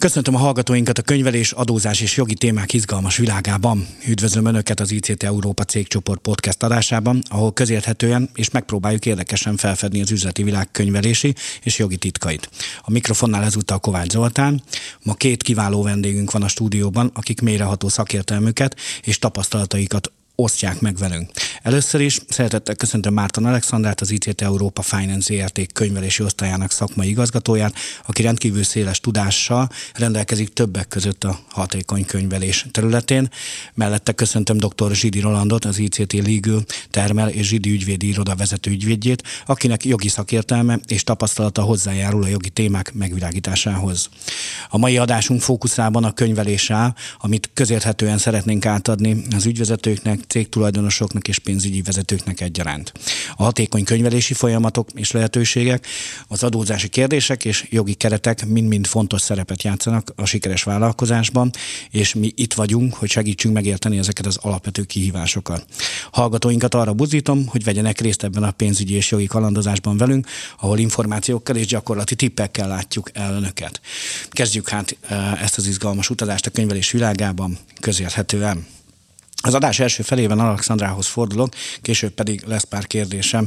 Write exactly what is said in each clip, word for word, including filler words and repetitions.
Köszöntöm a hallgatóinkat a könyvelés, adózás és jogi témák izgalmas világában. Üdvözlöm Önöket az i cé té Európa Cégcsoport podcast adásában, ahol közérthetően és megpróbáljuk érdekesen felfedni az üzleti világ könyvelési és jogi titkait. A mikrofonnál ezúttal Kovács Zoltán. Ma két kiváló vendégünk van a stúdióban, akik mélyreható szakértelmüket és tapasztalataikat osztják meg velünk. Először is szeretettel köszöntöm Márton Alexandrát, az i cé té Európa Finance zé er té könyvelési osztályának szakmai igazgatóját, aki rendkívül széles tudással rendelkezik többek között a hatékony könyvelés területén. Mellette köszöntöm dr. Zsidi Rolandot, az i cé té Legal termel és Zsidi ügyvédi iroda vezető ügyvédjét, akinek jogi szakértelme és tapasztalata hozzájárul a jogi témák megvilágításához. A mai adásunk fókuszában a könyvelés áll, amit közérthetően szeretnénk átadni az ügyvezetőknek, cégtulajdonosoknak és pénzügyi vezetőknek egyaránt. A hatékony könyvelési folyamatok és lehetőségek, az adózási kérdések és jogi keretek mind-mind fontos szerepet játszanak a sikeres vállalkozásban, és mi itt vagyunk, hogy segítsünk megérteni ezeket az alapvető kihívásokat. Hallgatóinkat arra buzdítom, hogy vegyenek részt ebben a pénzügyi és jogi kalandozásban velünk, ahol információkkal és gyakorlati tippekkel látjuk el Önöket. Kezdjük hát ezt az izgalmas utazást a könyvelés világában közérthetően. Az adás első felében Alexandrához fordulok, később pedig lesz pár kérdésem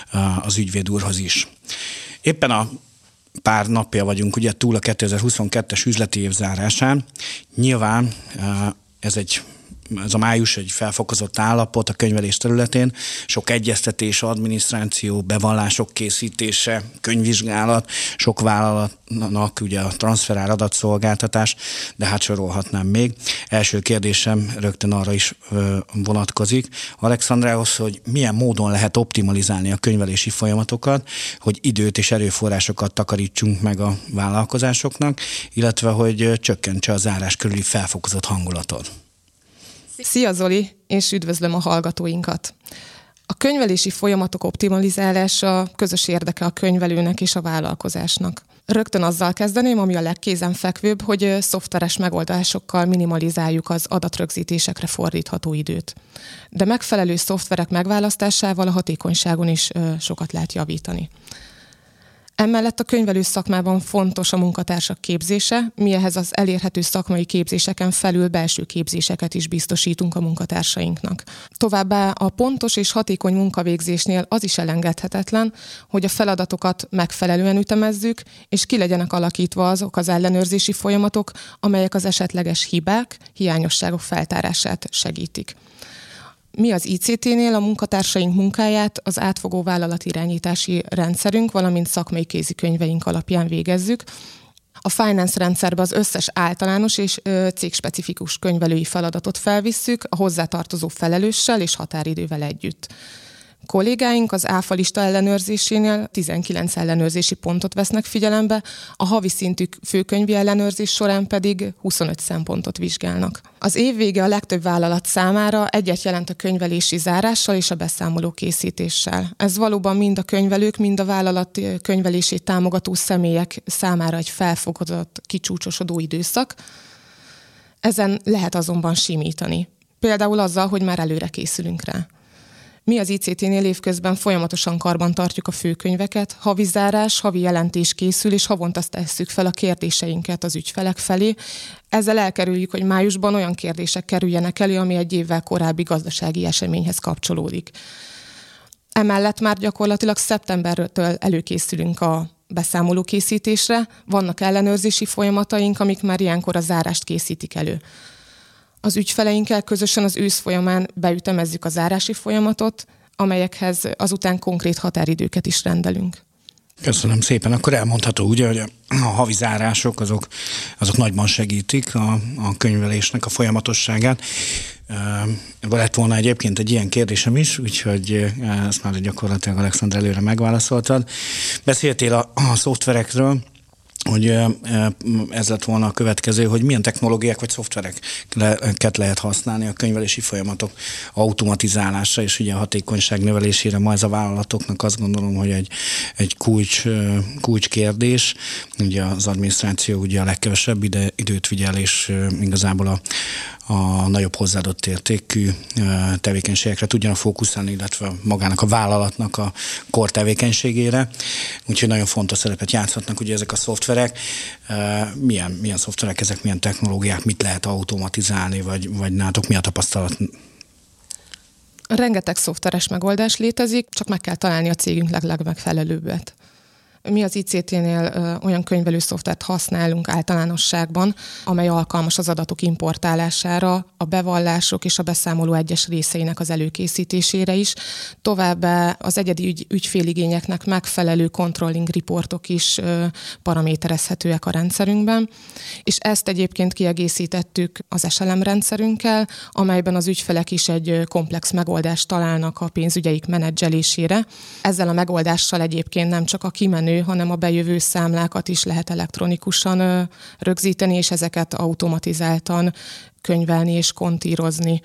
az ügyvéd úrhoz is. Éppen a pár napja vagyunk ugye túl a kétezer-huszonkettes üzleti év zárásán. Nyilván ez egy Ez a május egy felfokozott állapot a könyvelés területén, sok egyeztetés, adminisztráció, bevallások készítése, könyvvizsgálat, sok vállalatnak ugye a transferár adatszolgáltatás, de hát sorolhatnám még. Első kérdésem rögtön arra is ö, vonatkozik Alexandrához, hogy milyen módon lehet optimalizálni a könyvelési folyamatokat, hogy időt és erőforrásokat takarítsunk meg a vállalkozásoknak, illetve hogy csökkentse a zárás körüli felfokozott hangulatot. Szia Zoli, és üdvözlöm a hallgatóinkat! A könyvelési folyamatok optimalizálása közös érdeke a könyvelőnek és a vállalkozásnak. Rögtön azzal kezdeném, ami a legkézenfekvőbb, hogy szoftveres megoldásokkal minimalizáljuk az adatrögzítésekre fordítható időt. De megfelelő szoftverek megválasztásával a hatékonyságon is sokat lehet javítani. Emellett a könyvelő szakmában fontos a munkatársak képzése, mi ehhez az elérhető szakmai képzéseken felül belső képzéseket is biztosítunk a munkatársainknak. Továbbá a pontos és hatékony munkavégzésnél az is elengedhetetlen, hogy a feladatokat megfelelően ütemezzük, és ki legyenek alakítva azok az ellenőrzési folyamatok, amelyek az esetleges hibák, hiányosságok feltárását segítik. Mi az i cé té-nél a munkatársaink munkáját az átfogó vállalatirányítási rendszerünk, valamint szakmai kézikönyveink alapján végezzük. A finance rendszerbe az összes általános és ö, cégspecifikus könyvelői feladatot felvisszük a hozzátartozó felelőssel és határidővel együtt. Kollégáink az áfalista ellenőrzésénél tizenkilenc ellenőrzési pontot vesznek figyelembe, a havi szintű főkönyvi ellenőrzés során pedig huszonöt szempontot vizsgálnak. Az év vége a legtöbb vállalat számára egyet jelent a könyvelési zárással és a beszámoló készítéssel. Ez valóban mind a könyvelők, mind a vállalat könyvelését támogató személyek számára egy felfokozott, kicsúcsosodó időszak. Ezen lehet azonban simítani. Például azzal, hogy már előre készülünk rá. Mi az i cé té-nél évközben folyamatosan karban tartjuk a főkönyveket, havi zárás, havi jelentés készül, és havonta tesszük fel a kérdéseinket az ügyfelek felé. Ezzel elkerüljük, hogy májusban olyan kérdések kerüljenek elő, ami egy évvel korábbi gazdasági eseményhez kapcsolódik. Emellett már gyakorlatilag szeptembertől előkészülünk a beszámoló készítésre, vannak ellenőrzési folyamataink, amik már ilyenkor a zárást készítik elő. Az ügyfeleinkkel közösen az ősz folyamán beütemezzük a zárási folyamatot, amelyekhez azután konkrét határidőket is rendelünk. Köszönöm szépen. Akkor elmondható ugye, hogy a havi zárások azok, azok nagyban segítik a, a könyvelésnek a folyamatosságát. Uh, lett volna egyébként egy ilyen kérdésem is, úgyhogy uh, ezt már gyakorlatilag Alexandra előre megválaszoltad. Beszéltél a, a szoftverekről, hogy ez lett volna a következő, hogy milyen technológiák vagy szoftvereket lehet használni a könyvelési folyamatok automatizálása és ugye a hatékonyság növelésére. Ma ez a vállalatoknak azt gondolom, hogy egy, egy kulcs, kulcs kérdés. Ugye az adminisztráció ugye a legkevesebb ide, időt vigyel, és igazából a, a nagyobb hozzáadott értékű tevékenységekre tudjanak fókuszálni, illetve magának a vállalatnak a core tevékenységére. Úgyhogy nagyon fontos szerepet játszhatnak ugye ezek a szoftverek. szoftverek. Milyen, milyen szoftverek ezek, milyen technológiák, mit lehet automatizálni, vagy, vagy nálatok mi a tapasztalat? Rengeteg szoftveres megoldás létezik, csak meg kell találni a cégünk legmegfelelőbbet. Mi az i cé té-nél olyan könyvelő szoftvert használunk általánosságban, amely alkalmas az adatok importálására, a bevallások és a beszámoló egyes részeinek az előkészítésére is. Továbbá az egyedi ügy, ügyféligényeknek megfelelő controlling reportok is paraméterezhetőek a rendszerünkben, és ezt egyébként kiegészítettük az es el em rendszerünkkel, amelyben az ügyfelek is egy komplex megoldást találnak a pénzügyeik menedzselésére. Ezzel a megoldással egyébként nem csak a kimenő, hanem a bejövő számlákat is lehet elektronikusan rögzíteni, és ezeket automatizáltan könyvelni és kontírozni.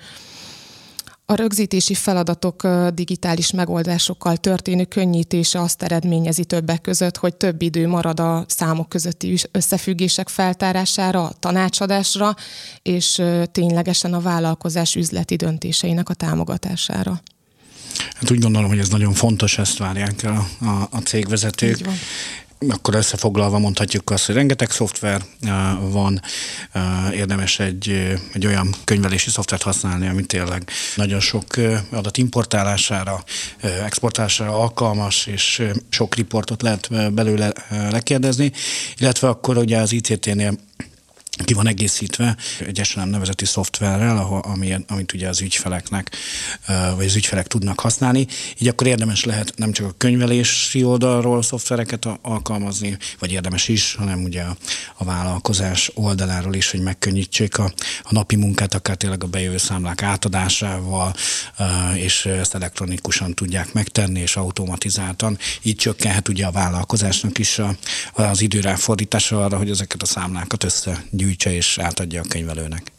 A rögzítési feladatok digitális megoldásokkal történő könnyítése azt eredményezi többek között, hogy több idő marad a számok közötti összefüggések feltárására, a tanácsadásra, és ténylegesen a vállalkozás üzleti döntéseinek a támogatására. Hát úgy gondolom, hogy ez nagyon fontos, ezt várják el a, a, a cégvezetők. Így van. Akkor összefoglalva mondhatjuk azt, hogy rengeteg szoftver van, érdemes egy, egy olyan könyvelési szoftvert használni, ami tényleg nagyon sok adat importálására, exportálására alkalmas, és sok riportot lehet belőle lekérdezni, illetve akkor ugye az i cé té-nél ki van egészítve egy es el em nevezeti szoftverrel, ahol, ami, amit ugye az ügyfeleknek, vagy az ügyfelek tudnak használni. Így akkor érdemes lehet nem csak a könyvelési oldalról szoftvereket alkalmazni, vagy érdemes is, hanem ugye a, a vállalkozás oldaláról is, hogy megkönnyítsék a, a napi munkát, akár tényleg a bejövő számlák átadásával, és ezt elektronikusan tudják megtenni, és automatizáltan. Így csökkenhet ugye a vállalkozásnak is a, az időráfordítása arra, hogy ezeket a számlákat összegyűjtse és átadja a könyvelőnek.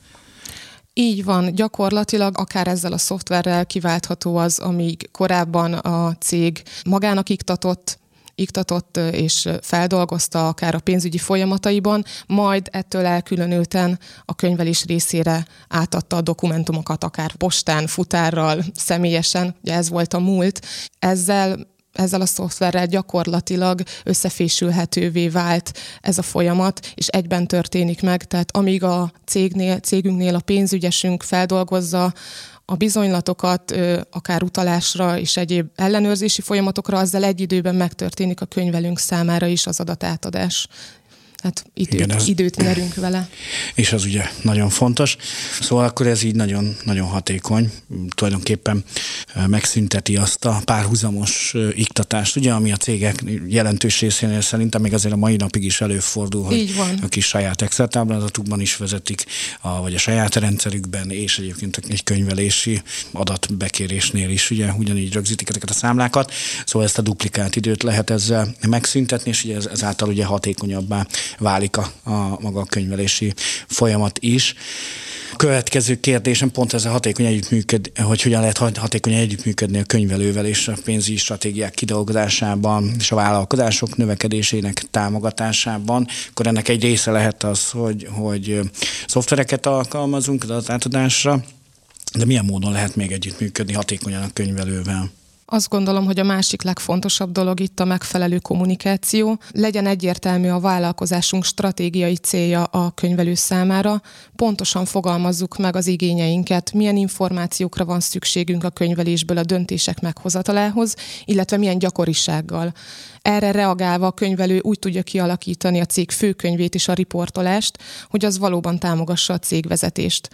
Így van, gyakorlatilag akár ezzel a szoftverrel kiváltható az, amíg korábban a cég magának iktatott, iktatott és feldolgozta akár a pénzügyi folyamataiban, majd ettől elkülönülten a könyvelés részére átadta a dokumentumokat, akár postán, futárral, személyesen, ugye ez volt a múlt. Ezzel Ezzel a szoftverrel gyakorlatilag összefésülhetővé vált ez a folyamat, és egyben történik meg, tehát amíg a cégnél, cégünknél a pénzügyesünk feldolgozza a bizonylatokat, akár utalásra és egyéb ellenőrzési folyamatokra, azzal egy időben megtörténik a könyvelőnk számára is az adatátadás. Hát időt, Igen, ez... időt nyerünk vele. És az ugye nagyon fontos. Szóval akkor ez így nagyon, nagyon hatékony. Tulajdonképpen megszünteti azt a párhuzamos iktatást, ugye, ami a cégek jelentős részénél szerintem még azért a mai napig is előfordul, hogy a kis saját Excel táblázatukban is vezetik, a, vagy a saját rendszerükben, és egyébként egy könyvelési adatbekérésnél is ugye ugyanígy rögzítik ezeket a számlákat. Szóval ezt a duplikált időt lehet ezzel megszüntetni, és ugye ezáltal ugye hatékonyabbá válik a, a maga a könyvelési folyamat is. A következő kérdésem pont ez a hatékony együttműködni, hogy hogyan lehet hatékonyan együttműködni a könyvelővel és a pénzügyi stratégiák kidolgozásában és a vállalkozások növekedésének támogatásában. Akkor ennek egy része lehet az, hogy, hogy szoftvereket alkalmazunk az adatátadásra, de milyen módon lehet még együttműködni hatékonyan a könyvelővel? Azt gondolom, hogy a másik legfontosabb dolog itt a megfelelő kommunikáció. Legyen egyértelmű a vállalkozásunk stratégiai célja a könyvelő számára. Pontosan fogalmazzuk meg az igényeinket, milyen információkra van szükségünk a könyvelésből a döntések meghozatalához, illetve milyen gyakorisággal. Erre reagálva a könyvelő úgy tudja kialakítani a cég főkönyvét és a riportolást, hogy az valóban támogassa a cégvezetést.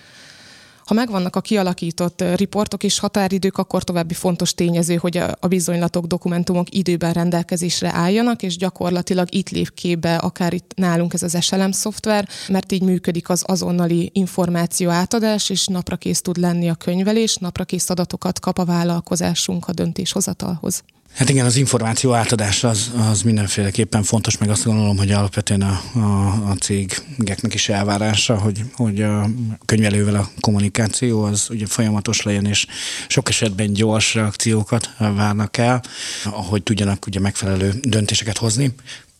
Ha megvannak a kialakított riportok és határidők, akkor további fontos tényező, hogy a bizonylatok, dokumentumok időben rendelkezésre álljanak, és gyakorlatilag itt lép képbe akár itt nálunk ez az es el em szoftver, mert így működik az azonnali információ átadás, és naprakész tud lenni a könyvelés, naprakész adatokat kap a vállalkozásunk a döntéshozatalhoz. Hát igen, az információ átadás az, az mindenféleképpen fontos, meg azt gondolom, hogy alapvetően a, a, a cégeknek is elvárása, hogy, hogy a könyvelővel a kommunikáció az ugye folyamatos legyen, és sok esetben gyors reakciókat várnak el, ahogy tudjanak ugye megfelelő döntéseket hozni.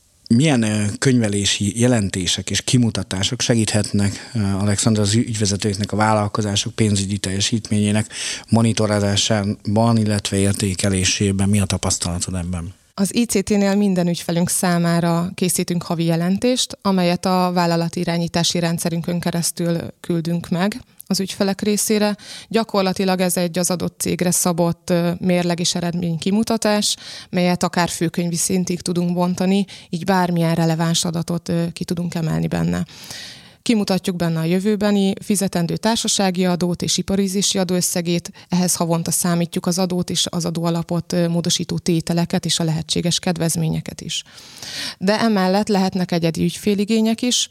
Milyen könyvelési jelentések és kimutatások segíthetnek, Alexandra, az ügyvezetőknek a vállalkozások pénzügyi teljesítményének monitorozásában, illetve értékelésében? Mi a tapasztalatod ebben? Az í cé té-nél minden ügyfelünk számára készítünk havi jelentést, amelyet a vállalati irányítási rendszerünkön keresztül küldünk meg az ügyfelek részére. Gyakorlatilag ez egy az adott cégre szabott mérleg és eredmény kimutatás, melyet akár főkönyvi szintig tudunk bontani, így bármilyen releváns adatot ki tudunk emelni benne. Kimutatjuk benne a jövőbeni fizetendő társasági adót és iparizési adóösszegét, ehhez havonta számítjuk az adót és az adóalapot módosító tételeket és a lehetséges kedvezményeket is. De emellett lehetnek egyedi ügyféligények is,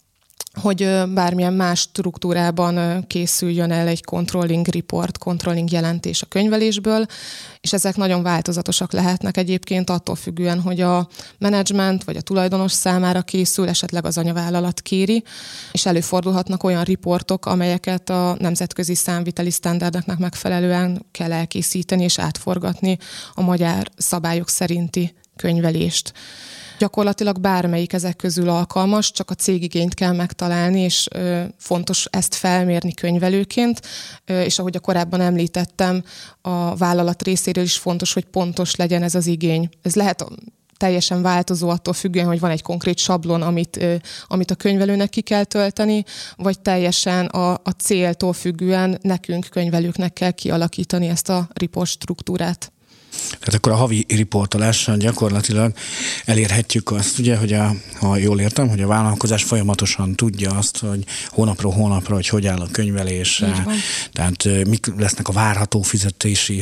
hogy bármilyen más struktúrában készüljön el egy controlling report, controlling jelentés a könyvelésből, és ezek nagyon változatosak lehetnek egyébként attól függően, hogy a menedzsment vagy a tulajdonos számára készül, esetleg az anyavállalat kéri, és előfordulhatnak olyan riportok, amelyeket a nemzetközi számviteli sztenderdeknek megfelelően kell elkészíteni és átforgatni a magyar szabályok szerinti könyvelést. Gyakorlatilag bármelyik ezek közül alkalmas, csak a cégigényt kell megtalálni, és ö, fontos ezt felmérni könyvelőként, ö, és ahogy a korábban említettem, a vállalat részéről is fontos, hogy pontos legyen ez az igény. Ez lehet teljesen változó attól függően, hogy van egy konkrét sablon, amit, ö, amit a könyvelőnek ki kell tölteni, vagy teljesen a, a céltól függően nekünk könyvelőknek kell kialakítani ezt a report struktúrát. Tehát akkor a havi riportolással gyakorlatilag elérhetjük azt, ugye, hogy a, ha jól értem, hogy a vállalkozás folyamatosan tudja azt, hogy hónapról hónapra, hogy hogy áll a könyvelés, tehát mik lesznek a várható fizetési,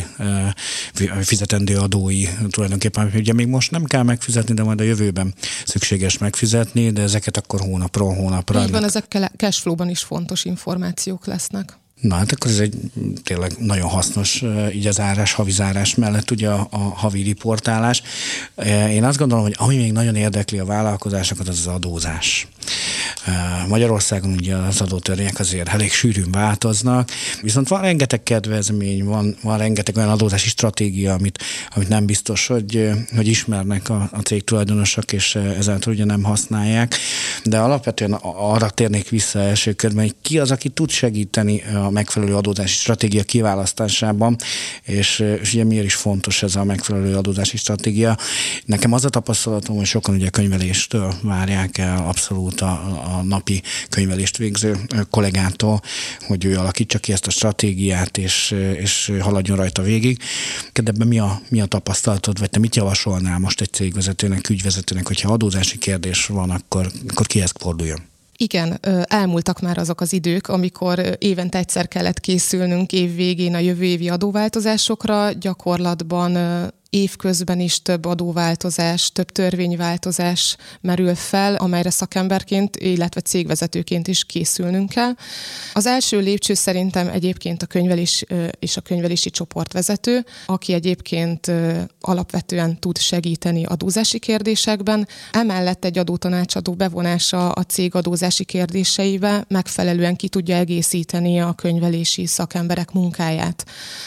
fizetendő adói tulajdonképpen. Ugye még most nem kell megfizetni, de majd a jövőben szükséges megfizetni, de ezeket akkor hónapról hónapra. Így van, ezek cashflow-ban is fontos információk lesznek. Na hát akkor ez egy tényleg nagyon hasznos így az árás, havi zárás mellett ugye a, a havi riportálás. Én azt gondolom, hogy ami még nagyon érdekli a vállalkozásokat, az az adózás. Magyarországon ugye az adótörvények azért elég sűrűn változnak, viszont van rengeteg kedvezmény, van, van rengeteg olyan adózási stratégia, amit, amit nem biztos, hogy, hogy ismernek a, a cég tulajdonosok, és ezáltal ugye nem használják. De alapvetően arra térnék vissza első körben, hogy ki az, aki tud segíteni a megfelelő adózási stratégia kiválasztásában, és, és ugye miért is fontos ez a megfelelő adózási stratégia. Nekem az a tapasztalatom, hogy sokan ugye könyveléstől várják el abszolút a, a napi könyvelést végző kollégától, hogy ő alakítsa ki ezt a stratégiát, és, és haladjon rajta végig. De ebben mi a, mi a tapasztalatod, vagy te mit javasolnál most egy cégvezetőnek, ügyvezetőnek, hogyha adózási kérdés van, akkor, akkor kihez forduljon? Igen, elmúltak már azok az idők, amikor évente egyszer kellett készülnünk év végén a jövő évi adóváltozásokra, gyakorlatban évközben is több adóváltozás, több törvényváltozás merül fel, amelyre szakemberként, illetve cégvezetőként is készülnünk kell. Az első lépcső szerintem egyébként a könyvelés és a könyvelési csoportvezető, aki egyébként alapvetően tud segíteni adózási kérdésekben. Emellett egy adótanácsadó bevonása a cég adózási kérdéseibe megfelelően ki tudja egészíteni a könyvelési szakemberek munkáját.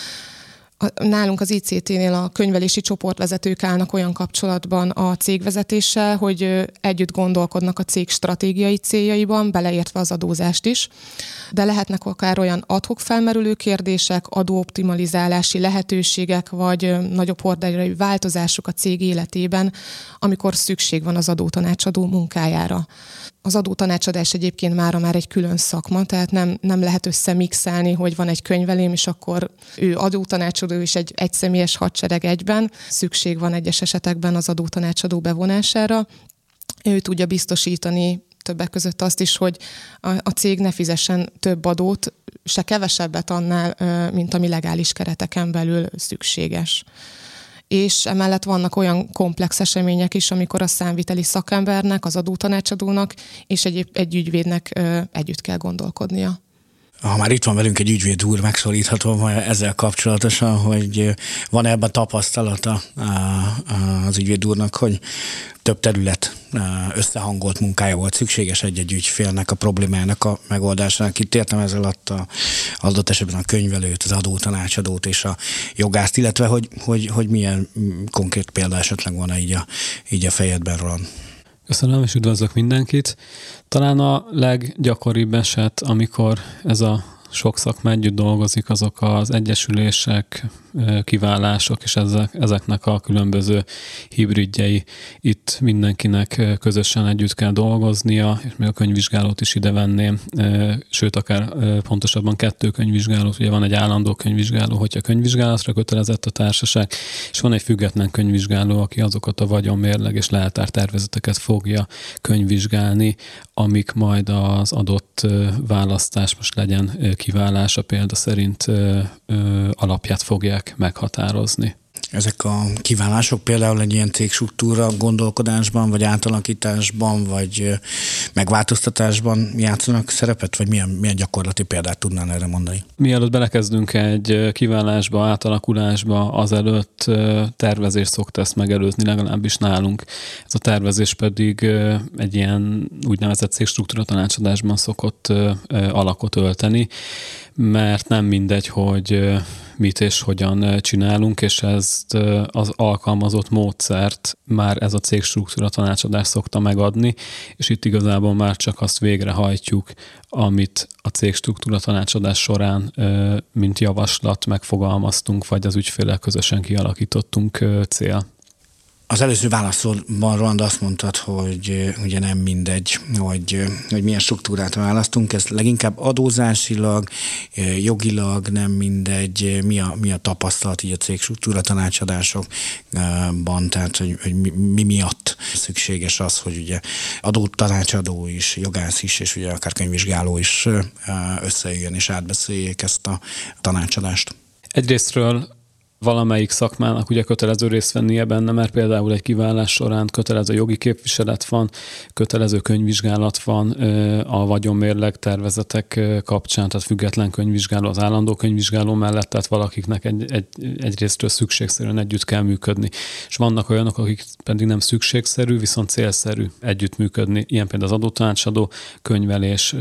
Nálunk az í cé té-nél a könyvelési csoportvezetők állnak olyan kapcsolatban a cégvezetéssel, hogy együtt gondolkodnak a cég stratégiai céljaiban, beleértve az adózást is, de lehetnek akár olyan ad-hoc felmerülő kérdések, adóoptimalizálási lehetőségek, vagy nagyobb horderejű változások a cég életében, amikor szükség van az adótanácsadó munkájára. Az adótanácsadás egyébként mára már egy külön szakma, tehát nem, nem lehet összemixelni, hogy van egy könyvelém, és akkor ő adótanácsadó és egy egyszemélyes hadsereg egyben. Szükség van egyes esetekben az adótanácsadó bevonására. Ő tudja biztosítani többek között azt is, hogy a, a cég ne fizessen több adót, se kevesebbet annál, mint ami legális kereteken belül szükséges. És emellett vannak olyan komplex események is, amikor a számviteli szakembernek, az adótanácsadónak és egy, egy ügyvédnek ö, együtt kell gondolkodnia. Ha már itt van velünk egy ügyvéd úr, megszólíthatom ezzel kapcsolatosan, hogy van ebben tapasztalata az ügyvéd úrnak, hogy több terület összehangolt munkája volt szükséges egy-egy ügyfélnek a problémájának a megoldásának. Itt értem ez alatt a, adott esetben a könyvelőt, az adótanácsadót és a jogászt, illetve hogy, hogy, hogy milyen konkrét példa esetleg van így a, így a fejedben, Roland. Köszönöm, és üdvözlök mindenkit. Talán a leggyakoribb eset, amikor ez a sok szakma együtt dolgozik, azok az egyesülések, kiválások, és ezek, ezeknek a különböző hibridjei. Itt mindenkinek közösen együtt kell dolgoznia, és még a könyvvizsgálót is ide venném, sőt, akár pontosabban kettő könyvvizsgálót, ugye van egy állandó könyvvizsgáló, hogyha könyvvizsgálatra kötelezett a társaság, és van egy független könyvvizsgáló, aki azokat a vagyonmérleg és leltártervezeteket fogja könyvvizsgálni, amik majd az adott választás, most legyen kiválása példa szerint alapját fogják meghatározni. Ezek a kiválások például egy ilyen cégstruktúra gondolkodásban, vagy átalakításban, vagy megváltoztatásban játszanak szerepet, vagy milyen, milyen gyakorlati példát tudnál erre mondani? Mielőtt belekezdünk egy kiválásba, átalakulásba, azelőtt tervezés szokta ezt megelőzni, legalábbis nálunk. Ez a tervezés pedig egy ilyen úgynevezett cégstruktúra tanácsadásban szokott alakot ölteni, mert nem mindegy, hogy mit és hogyan csinálunk, és ezt az alkalmazott módszert már ez a cégstruktúra tanácsadás szokta megadni, és itt igazából már csak azt végrehajtjuk, amit a cégstruktúra tanácsadás során mint javaslat megfogalmaztunk, vagy az ügyféllel közösen kialakítottunk cél. Az előző válaszodban, Roland, azt mondtad, hogy ugye nem mindegy, hogy, hogy milyen struktúrát választunk, ez leginkább adózásilag, jogilag nem mindegy, mi a, mi a tapasztalat így a cégstruktúra tanácsadásokban, tehát hogy, hogy mi, mi miatt szükséges az, hogy ugye adótanácsadó is, jogász is, és ugye akár könyvvizsgáló is összejöjjön és átbeszéljék ezt a tanácsadást. Egyrésztről valamelyik szakmának ugye kötelező részt vennie benne, mert például egy kiválás során kötelező jogi képviselet van, kötelező könyvvizsgálat van a vagyonmérleg tervezetek kapcsán, tehát független könyvvizsgáló az állandó könyvvizsgáló mellett, tehát valakiknek egy, egy, egyrésztről szükségszerűen együtt kell működni. És vannak olyanok, akik pedig nem szükségszerű, viszont célszerű együttműködni. Ilyen például az adótanácsadó, könyvelés.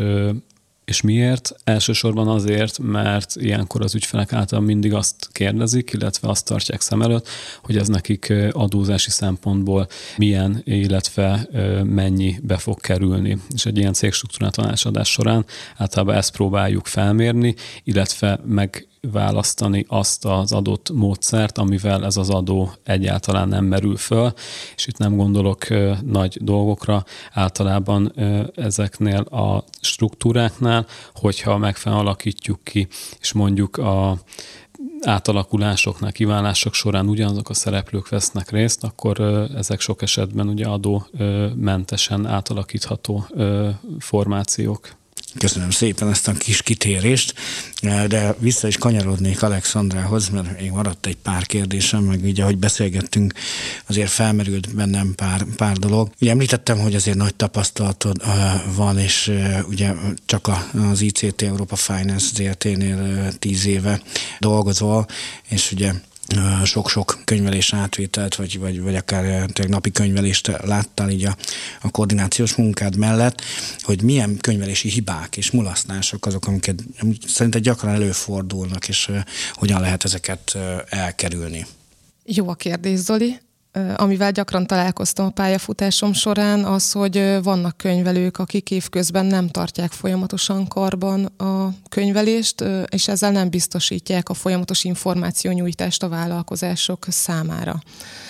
És miért? Elsősorban azért, mert ilyenkor az ügyfelek által mindig azt kérdezik, illetve azt tartják szem előtt, hogy ez nekik adózási szempontból milyen, illetve mennyi be fog kerülni. És egy ilyen cégstruktúrát tanácsadás során általában ezt próbáljuk felmérni, illetve meg választani azt az adott módszert, amivel ez az adó egyáltalán nem merül föl, és itt nem gondolok ö, nagy dolgokra, általában ö, ezeknél a struktúráknál, hogyha megfelelően alakítjuk ki, és mondjuk a átalakulásoknál, kiválások során ugyanazok a szereplők vesznek részt, akkor ö, ezek sok esetben ugye adómentesen átalakítható ö, formációk. Köszönöm szépen ezt a kis kitérést, de vissza is kanyarodnék Alexandrához, mert még maradt egy pár kérdésem, meg így ahogy beszélgettünk, azért felmerült bennem pár, pár dolog. Ugye említettem, hogy azért nagy tapasztalatod van, és ugye csak az i cé té Európa Finance zé er té-nél tíz éve dolgozol, és ugye sok-sok könyvelés átvételt, vagy, vagy, vagy akár napi könyvelést láttál így a, a koordinációs munkád mellett, hogy milyen könyvelési hibák és mulasztások azok, amiket szerinted gyakran előfordulnak, és hogyan lehet ezeket elkerülni? Jó a kérdés, Zoli. Amivel gyakran találkoztam a pályafutásom során, az, hogy vannak könyvelők, akik évközben nem tartják folyamatosan karban a könyvelést, és ezzel nem biztosítják a folyamatos információnyújtást a vállalkozások számára.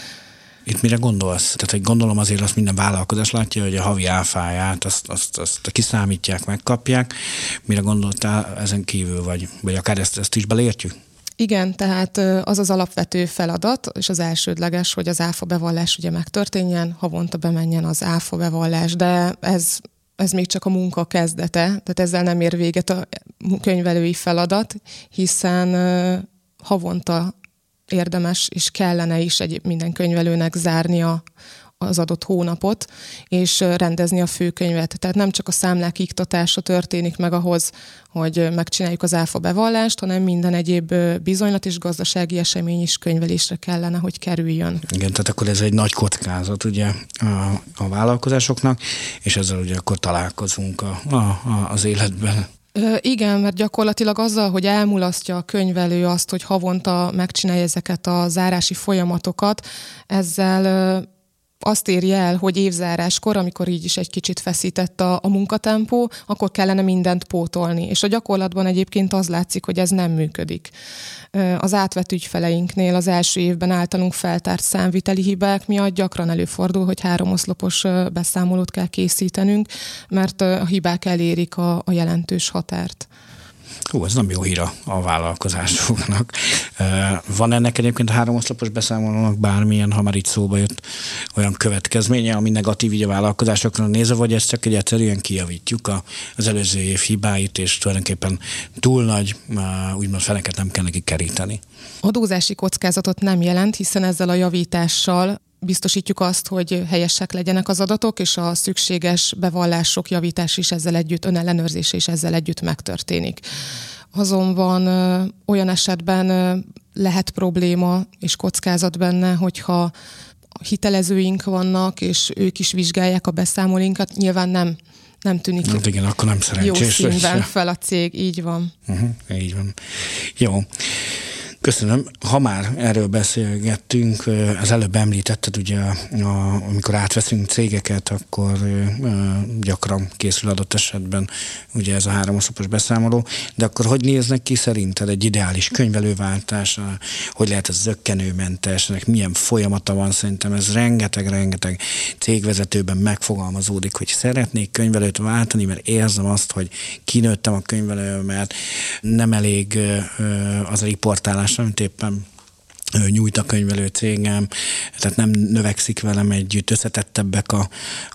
Itt mire gondolsz? Tehát, hogy gondolom azért azt minden vállalkozás látja, hogy a havi áfáját azt, azt, azt kiszámítják, megkapják. Mire gondoltál ezen kívül, vagy, vagy akár ezt, ezt is beleértjük? Igen, tehát az az alapvető feladat, és az elsődleges, hogy az áfa bevallás ugye megtörténjen, havonta bemenjen az áfa bevallás, de ez, ez még csak a munka kezdete, tehát ezzel nem ér véget a könyvelői feladat, hiszen havonta érdemes és kellene is egy minden könyvelőnek zárnia az adott hónapot, és rendezni a főkönyvet. Tehát nem csak a számlák iktatása történik meg ahhoz, hogy megcsináljuk az áfa bevallást, hanem minden egyéb bizonylat és gazdasági esemény is könyvelésre kellene, hogy kerüljön. Igen, tehát akkor ez egy nagy kockázat ugye a, a vállalkozásoknak, és ezzel ugye akkor találkozunk a, a, a, az életben. Igen, mert gyakorlatilag azzal, hogy elmulasztja a könyvelő azt, hogy havonta megcsinálja ezeket a zárási folyamatokat, ezzel azt érje el, hogy évzáráskor, amikor így is egy kicsit feszített a, a munkatempó, akkor kellene mindent pótolni. És a gyakorlatban egyébként az látszik, hogy ez nem működik. Az átvett ügyfeleinknél az első évben általunk feltárt számviteli hibák miatt gyakran előfordul, hogy három oszlopos beszámolót kell készítenünk, mert a hibák elérik a, a jelentős határt. Hú, ez nem jó hír a vállalkozásoknak. Van ennek egyébként a háromoszlopos beszámolónak bármilyen, ha már itt szóba jött, olyan következménye, ami negatív így a vállalkozásokra nézve, vagy ezt csak egy egyszerűen kijavítjuk az előző év hibáit, és tulajdonképpen túl nagy, úgymond feleket nem kell neki keríteni? Adózási kockázatot nem jelent, hiszen ezzel a javítással biztosítjuk azt, hogy helyesek legyenek az adatok, és a szükséges bevallások, javítás is ezzel együtt, önellenőrzés is ezzel együtt megtörténik. Azonban ö, olyan esetben ö, lehet probléma és kockázat benne, hogyha hitelezőink vannak, és ők is vizsgálják a beszámolóinkat, nyilván nem, nem tűnik hát igen, akkor nem szerencsés. Jó színben fel a cég, így van. Uh-huh, így van. Jó. Köszönöm. Ha már erről beszélgettünk, az előbb említetted, ugye, a, amikor átveszünk cégeket, akkor a, gyakran készül adott esetben ugye ez a háromoszlopos beszámoló, de akkor hogy néznek ki szerinted egy ideális könyvelőváltás, hogy lehet ez zökkenőmentes, ennek milyen folyamata van? Szerintem ez rengeteg-rengeteg cégvezetőben megfogalmazódik, hogy szeretnék könyvelőt váltani, mert érzem azt, hogy kinőttem a könyvelőmet, nem elég az a riportálás, amit éppen nyújt a könyvelő cégem, tehát nem növekszik velem együtt, összetettebbek a,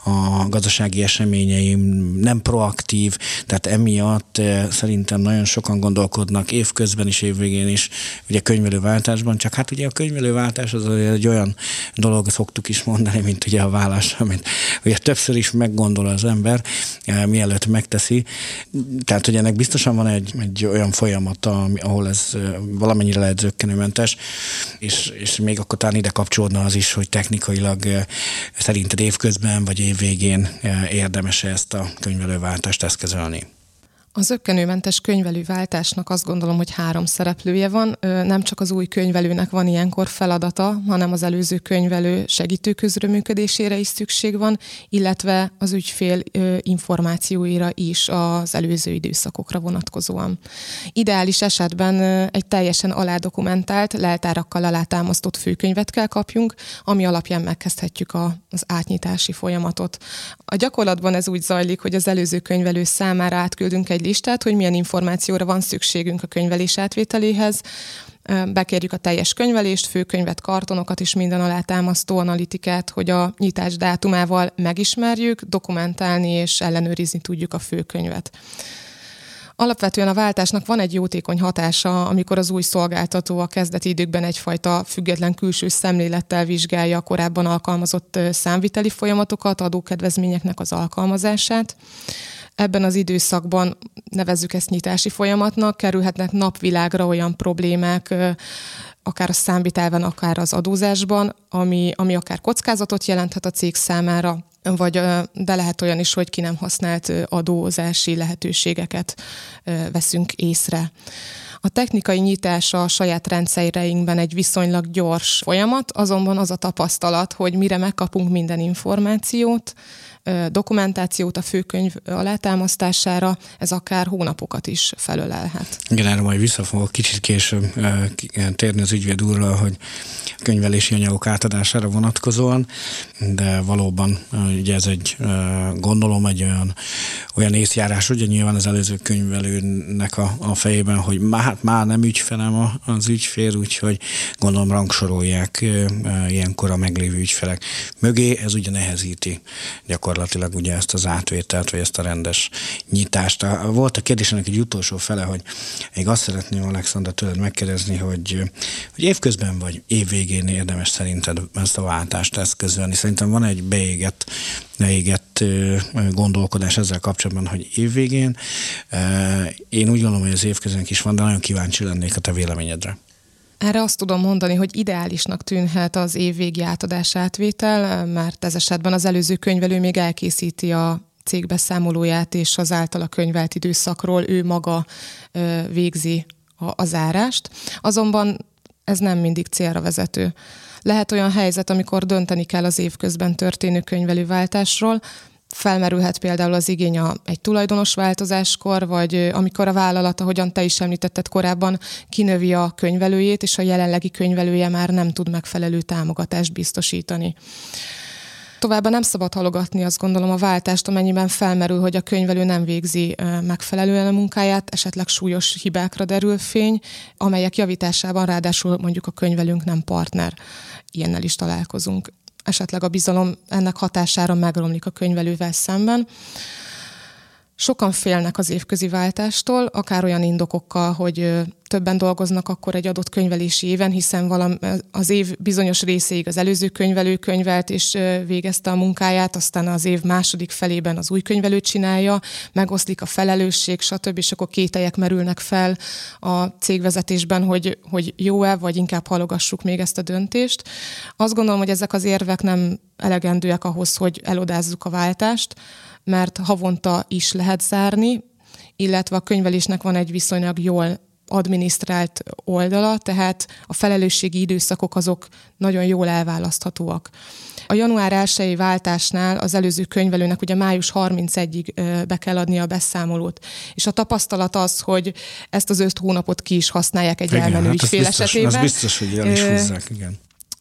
a gazdasági eseményeim, nem proaktív, tehát emiatt szerintem nagyon sokan gondolkodnak évközben is, évvégén is, ugye könyvelőváltásban, csak hát ugye a könyvelőváltás az egy olyan dolog, szoktuk is mondani, mint ugye a vállás, amit ugye többször is meggondol az ember, mielőtt megteszi, tehát hogy ennek biztosan van egy, egy olyan folyamata, ahol ez valamennyire lehet zökkenőmentes, És, és még akkor talán ide kapcsolódna az is, hogy technikailag szerinted évközben vagy évvégén érdemes ezt a könyvelőváltást eszközölni? A zökkenőmentes könyvelőváltásnak azt gondolom, hogy három szereplője van. Nem csak az új könyvelőnek van ilyenkor feladata, hanem az előző könyvelő segítő közreműködésére is szükség van, illetve az ügyfél információira is az előző időszakokra vonatkozóan. Ideális esetben egy teljesen aládokumentált, leltárakkal alátámasztott főkönyvet kell kapjunk, ami alapján megkezdhetjük a, az átnyitási folyamatot. A gyakorlatban ez úgy zajlik, hogy az előző könyvelő számára átküldünk egy listát, hogy milyen információra van szükségünk a könyvelés átvételéhez. Bekérjük a teljes könyvelést, főkönyvet, kartonokat és minden alátámasztó analitikát, hogy a nyitás dátumával megismerjük, dokumentálni és ellenőrizni tudjuk a főkönyvet. Alapvetően a váltásnak van egy jótékony hatása, amikor az új szolgáltató a kezdeti időkben egyfajta független külső szemlélettel vizsgálja a korábban alkalmazott számviteli folyamatokat, adókedvezményeknek az alkalmazását. Ebben az időszakban, nevezzük ezt nyitási folyamatnak, kerülhetnek napvilágra olyan problémák, akár a számvitelben, akár az adózásban, ami, ami akár kockázatot jelenthet a cég számára, vagy, de lehet olyan is, hogy ki nem használt adózási lehetőségeket veszünk észre. A technikai nyitás a saját rendszereinkben egy viszonylag gyors folyamat, azonban az a tapasztalat, hogy mire megkapunk minden információt, dokumentációt a főkönyv alátámasztására, ez akár hónapokat is felölelhet. Igen, erre majd vissza fogok kicsit később térni az ügyvéd úrral, hogy könyvelési anyagok átadására vonatkozóan, de valóban ugye ez egy, gondolom, egy olyan, olyan észjárás, ugye nyilván az előző könyvelőnek a, a fejében, hogy már, már nem ügyfelem az ügyfél, úgyhogy gondolom rangsorolják ilyenkor a meglévő ügyfelek mögé, ez ugye nehezíti gyakorlatilag ugye ezt az átvételt, vagy ezt a rendes nyitást. Volt a kérdésének egy utolsó fele, hogy még azt szeretném, Alexandra, tőled megkérdezni, hogy, hogy évközben vagy évvégén érdemes szerinted ezt a váltást eszközölni. Szerintem van egy beégett, beégett gondolkodás ezzel kapcsolatban, hogy évvégén. Én úgy gondolom, hogy az évközönk is van, de nagyon kíváncsi lennék a te véleményedre. Erre azt tudom mondani, hogy ideálisnak tűnhet az évvégi átadás átvétel, mert ez esetben az előző könyvelő még elkészíti a cég beszámolóját, és az általa könyvelt időszakról ő maga végzi a zárást. Azonban ez nem mindig célra vezető. Lehet olyan helyzet, amikor dönteni kell az évközben történő könyvelőváltásról, felmerülhet például az igény a, egy tulajdonos változáskor, vagy amikor a vállalat, ahogyan te is említetted korábban, kinövi a könyvelőjét, és a jelenlegi könyvelője már nem tud megfelelő támogatást biztosítani. Továbbá nem szabad halogatni, azt gondolom, a váltást, amennyiben felmerül, hogy a könyvelő nem végzi megfelelően a munkáját, esetleg súlyos hibákra derül fény, amelyek javításában ráadásul mondjuk a könyvelőnk nem partner. Ilyennel is találkozunk. Esetleg a bizalom ennek hatására megromlik a könyvelővel szemben. Sokan félnek az évközi váltástól, akár olyan indokokkal, hogy többen dolgoznak akkor egy adott könyvelési éven, hiszen valam, az év bizonyos részéig az előző könyvelő könyvelt és végezte a munkáját, aztán az év második felében az új könyvelő csinálja, megoszlik a felelősség, stb. És akkor kételyek merülnek fel a cégvezetésben, hogy, hogy jó-e, vagy inkább halogassuk még ezt a döntést. Azt gondolom, hogy ezek az érvek nem elegendőek ahhoz, hogy elodázzuk a váltást, mert havonta is lehet zárni, illetve a könyvelésnek van egy viszonylag jól adminisztrált oldala, tehát a felelősségi időszakok azok nagyon jól elválaszthatóak. A január elsői váltásnál az előző könyvelőnek ugye május harmincegyedikéig be kell adnia a beszámolót. És a tapasztalat az, hogy ezt az öt hónapot ki is használják egy igen, elmenő hát ügyfél esetében. Az biztos, hogy el is húzzák, igen.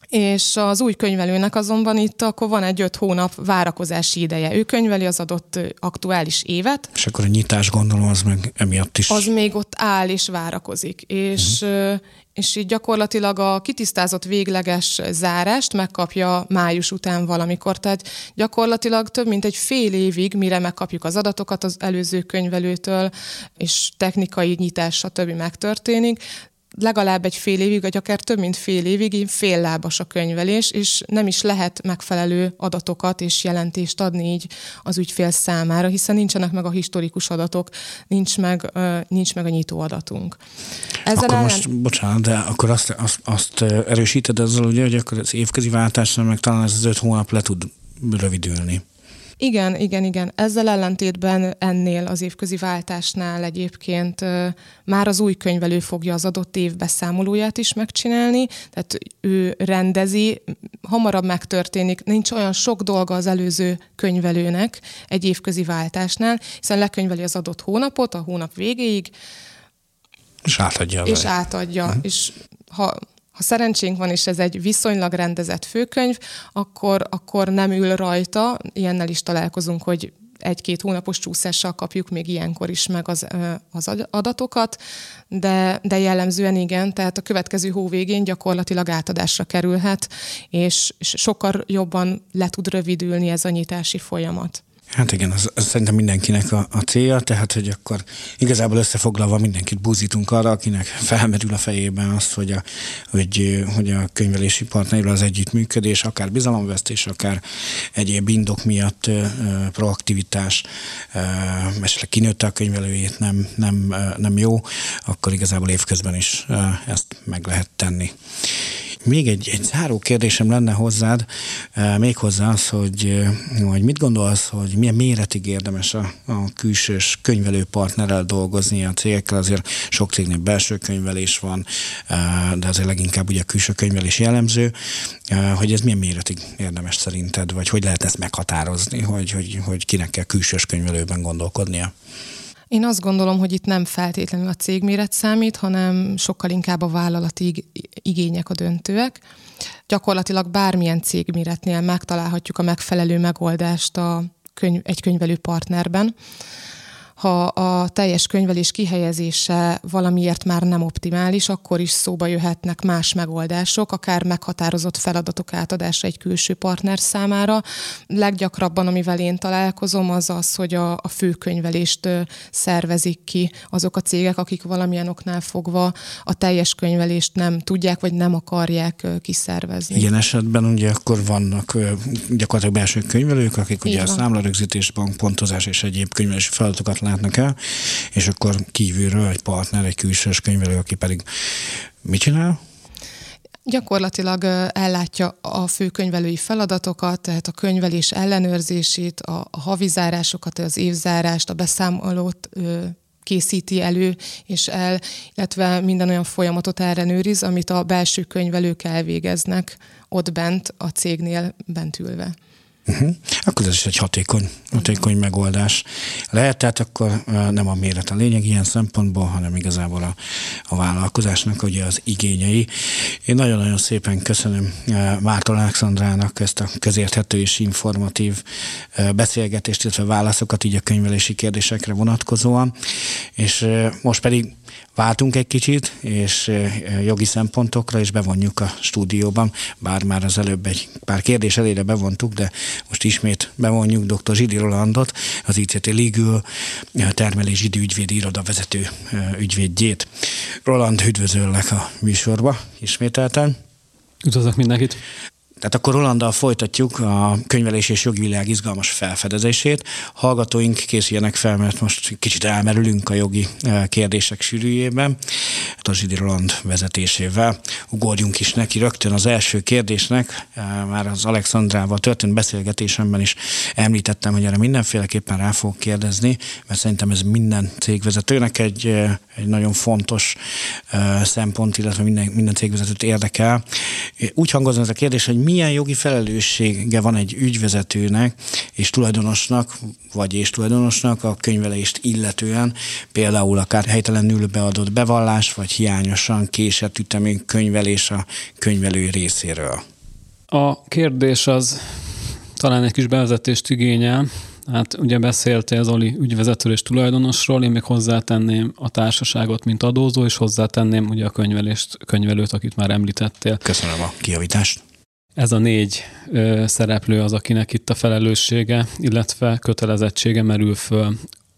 És az új könyvelőnek azonban itt akkor van egy öt hónap várakozási ideje. Ő könyveli az adott aktuális évet. És akkor a nyitás, gondolom, az meg emiatt is. Az még ott áll és várakozik. És, uh-huh. és így gyakorlatilag a kitisztázott végleges zárást megkapja május után valamikor. Tehát gyakorlatilag több mint egy fél évig, mire megkapjuk az adatokat az előző könyvelőtől, és technikai nyitás, stb. Megtörténik, legalább egy fél évig, vagy akár több mint fél évig féllábas a könyvelés, és nem is lehet megfelelő adatokat és jelentést adni így az ügyfél számára, hiszen nincsenek meg a historikus adatok, nincs meg, nincs meg a nyitó adatunk. Ezzel akkor ellen... most, bocsánat, de akkor azt, azt, azt erősíted ezzel, ugye, hogy akkor az évközi váltásnál meg talán ez az öt hónap le tud rövidülni. Igen, igen, igen. Ezzel ellentétben ennél az évközi váltásnál egyébként már az új könyvelő fogja az adott év beszámolóját is megcsinálni, tehát ő rendezi, hamarabb megtörténik, nincs olyan sok dolga az előző könyvelőnek egy évközi váltásnál, hiszen lekönyveli az adott hónapot a hónap végéig, és átadja. És vele. átadja, uh-huh. és ha... Ha szerencsénk van, és ez egy viszonylag rendezett főkönyv, akkor, akkor nem ül rajta, ilyennel is találkozunk, hogy egy-két hónapos csúszással kapjuk még ilyenkor is meg az, az adatokat, de, de jellemzően igen, tehát a következő hó végén gyakorlatilag átadásra kerülhet, és, és sokkal jobban le tud rövidülni ez a nyitási folyamat. Hát igen, az, az szerintem mindenkinek a, a célja, tehát hogy akkor igazából összefoglalva mindenkit búzítunk arra, akinek felmerül a fejében az, hogy a, hogy, hogy a könyvelési partnerrel az együttműködés, akár bizalomvesztés, akár egyéb indok miatt ö, proaktivitás, ö, esetleg kinőtte a könyvelőjét, nem, nem, nem jó, akkor igazából évközben is ö, ezt meg lehet tenni. Még egy, egy záró kérdésem lenne hozzád, méghozzá az, hogy, hogy mit gondolsz, hogy milyen méretig érdemes a, a külsős könyvelőpartnerrel dolgozni a cégekkel, azért sok cégnél belső könyvelés van, de azért leginkább ugye a külső könyvelés jellemző, hogy ez milyen méretig érdemes szerinted, vagy hogy lehet ezt meghatározni, hogy, hogy, hogy kinek kell külsős könyvelőben gondolkodnia? Én azt gondolom, hogy itt nem feltétlenül a cégméret számít, hanem sokkal inkább a vállalati igények a döntőek. Gyakorlatilag bármilyen cégméretnél megtalálhatjuk a megfelelő megoldást a könyv, egy könyvelő partnerben. Ha a teljes könyvelés kihelyezése valamiért már nem optimális, akkor is szóba jöhetnek más megoldások, akár meghatározott feladatok átadása egy külső partner számára. Leggyakrabban, amivel én találkozom, az az, hogy a, a főkönyvelést szervezik ki azok a cégek, akik valamilyen oknál fogva a teljes könyvelést nem tudják, vagy nem akarják kiszervezni. Ilyen esetben ugye akkor vannak gyakorlatilag belső könyvelők, akik ugye a számlarögzítés, bankpontozás és egyéb könyvelési feladatokat látnak el, és akkor kívülről egy partner, egy külsős könyvelő, aki pedig mit csinál? Gyakorlatilag ellátja a főkönyvelői feladatokat, tehát a könyvelés ellenőrzését, a, a havizárásokat, az évzárást, a beszámolót készíti elő és el, illetve minden olyan folyamatot ellenőriz, amit a belső könyvelők elvégeznek ott bent a cégnél bent ülve. Uh-huh. Akkor ez is egy hatékony, hatékony megoldás lehet, tehát akkor nem a méret a lényeg ilyen szempontból, hanem igazából a, a vállalkozásnak ugye az igényei. Én nagyon-nagyon szépen köszönöm Márton Alexandrának ezt a közérthető és informatív beszélgetést, illetve válaszokat így a könyvelési kérdésekre vonatkozóan, és most pedig váltunk egy kicsit, és jogi szempontokra is bevonjuk a stúdióban, bár már az előbb egy pár kérdés elére bevontuk, de most ismét bevonjuk dr. Zsidi Rolandot, az i cé té Legal termelési ügyvédi iroda vezető ügyvédjét. Roland, üdvözöllek a műsorba ismételten. Üdvözlök mindenkit! Tehát akkor Rolanddal folytatjuk a könyvelés és jogi világ izgalmas felfedezését. Hallgatóink készüljenek fel, mert most kicsit elmerülünk a jogi kérdések sűrűjében. A Zsidi Roland vezetésével ugorjunk is neki rögtön az első kérdésnek. Már az Alexandrával történt beszélgetésemben is említettem, hogy erre mindenféleképpen rá fogok kérdezni, mert szerintem ez minden cégvezetőnek egy, egy nagyon fontos szempont, illetve minden, minden cégvezetőt érdekel. Úgy hangozna ez a kérdés, hogy milyen jogi felelőssége van egy ügyvezetőnek és tulajdonosnak, vagy és tulajdonosnak a könyvelést illetően, például akár helytelenül beadott bevallás, vagy hiányosan késett ütemű könyvelés a könyvelő részéről. A kérdés az talán egy kis bevezetést igényel. Hát ugye beszéltél Zoli ügyvezető és tulajdonosról, én még hozzátenném a társaságot, mint adózó, és hozzátenném ugye a könyvelést, könyvelőt, akit már említettél. Köszönöm a kijavítást. Ez a négy ö, szereplő az, akinek itt a felelőssége, illetve kötelezettsége merül föl.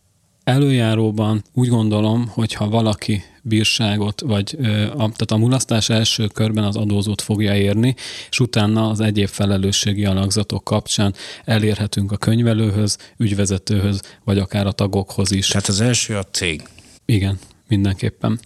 Előjáróban úgy gondolom, hogy ha valaki bírságot, vagy ö, a, tehát a mulasztás első körben az adózót fogja érni, és utána az egyéb felelősségi alakzatok kapcsán elérhetünk a könyvelőhöz, ügyvezetőhöz, vagy akár a tagokhoz is. Tehát az első a cég. Igen. Mindenképpen.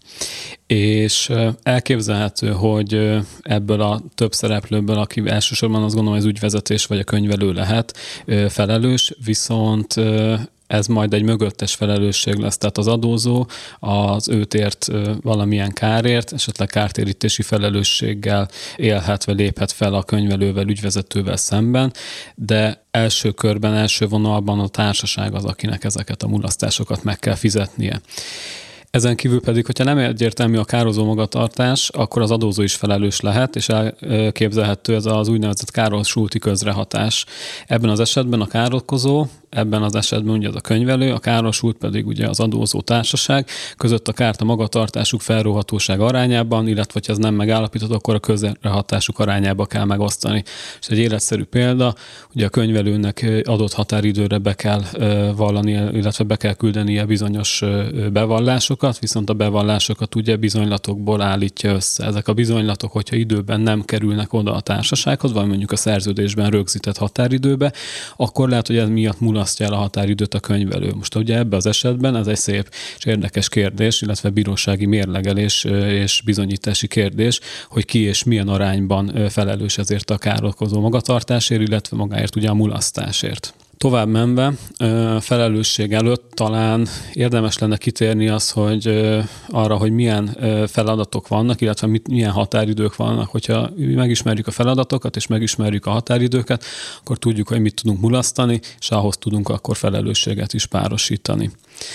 És elképzelhető, hogy ebből a több szereplőből, aki elsősorban azt gondolom, hogy az ügyvezetés vagy a könyvelő lehet felelős, viszont ez majd egy mögöttes felelősség lesz, tehát az adózó az őt ért valamilyen kárért, esetleg kártérítési felelősséggel élhet vagy léphet fel a könyvelővel, ügyvezetővel szemben, de első körben, első vonalban a társaság az, akinek ezeket a mulasztásokat meg kell fizetnie. Ezen kívül pedig, hogyha nem egyértelmű a kározó magatartás, akkor az adózó is felelős lehet, és elképzelhető ez az úgynevezett károsulti közrehatás. Ebben az esetben a károkozó, ebben az esetben ugye az a könyvelő, a károsult pedig ugye az adózó társaság, között a kárt a magatartásuk felróhatóság arányában, illetve ha ez nem megállapított, akkor a közrehatásuk arányába kell megosztani. És egy életszerű példa, ugye a könyvelőnek adott határidőre be kell vallani, illetve be kell küldenie bizonyos bevallásokat, viszont a bevallásokat ugye bizonylatokból állítja össze. Ezek a bizonylatok, hogyha időben nem kerülnek oda a társasághoz, vagy mondjuk a szerződésben rögzített határidőbe, akkor lehet, hogy ez miatt mulasztja el a határidőt a könyvelő. Most ugye ebben az esetben ez egy szép és érdekes kérdés, illetve bírósági mérlegelés és bizonyítási kérdés, hogy ki és milyen arányban felelős ezért a károkozó magatartásért, illetve magáért ugye a mulasztásért. Tovább menve, felelősség előtt talán érdemes lenne kitérni az, hogy arra, hogy milyen feladatok vannak, illetve mit, milyen határidők vannak. Hogyha megismerjük a feladatokat és megismerjük a határidőket, akkor tudjuk, hogy mit tudunk mulasztani, és ahhoz tudunk akkor felelősséget is párosítani.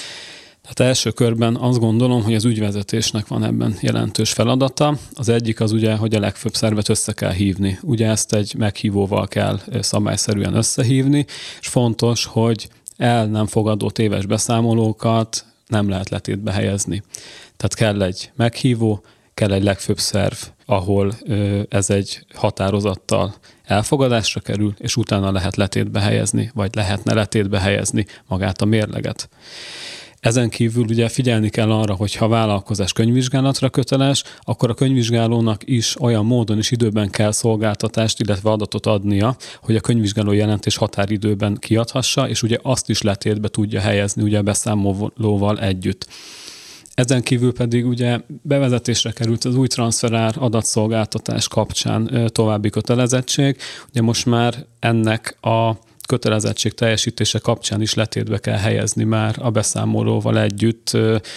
Tehát első körben azt gondolom, hogy az ügyvezetésnek van ebben jelentős feladata. Az egyik az ugye, hogy a legfőbb szervet össze kell hívni. Ugye ezt egy meghívóval kell szabályszerűen összehívni, és fontos, hogy el nem fogadott éves beszámolókat nem lehet letétbe helyezni. Tehát kell egy meghívó, kell egy legfőbb szerv, ahol ez egy határozattal elfogadásra kerül, és utána lehet letétbe helyezni, vagy lehetne letétbe helyezni magát a mérleget. Ezen kívül ugye figyelni kell arra, hogy ha a vállalkozás könyvvizsgálatra köteles, akkor a könyvvizsgálónak is olyan módon és időben kell szolgáltatást, illetve adatot adnia, hogy a könyvvizsgáló jelentés határidőben kiadhassa, és ugye azt is letétbe tudja helyezni ugye a beszámolóval együtt. Ezen kívül pedig ugye bevezetésre került az új transferár adatszolgáltatás kapcsán további kötelezettség. Ugye most már ennek a kötelezettség teljesítése kapcsán is letétbe kell helyezni már a beszámolóval együtt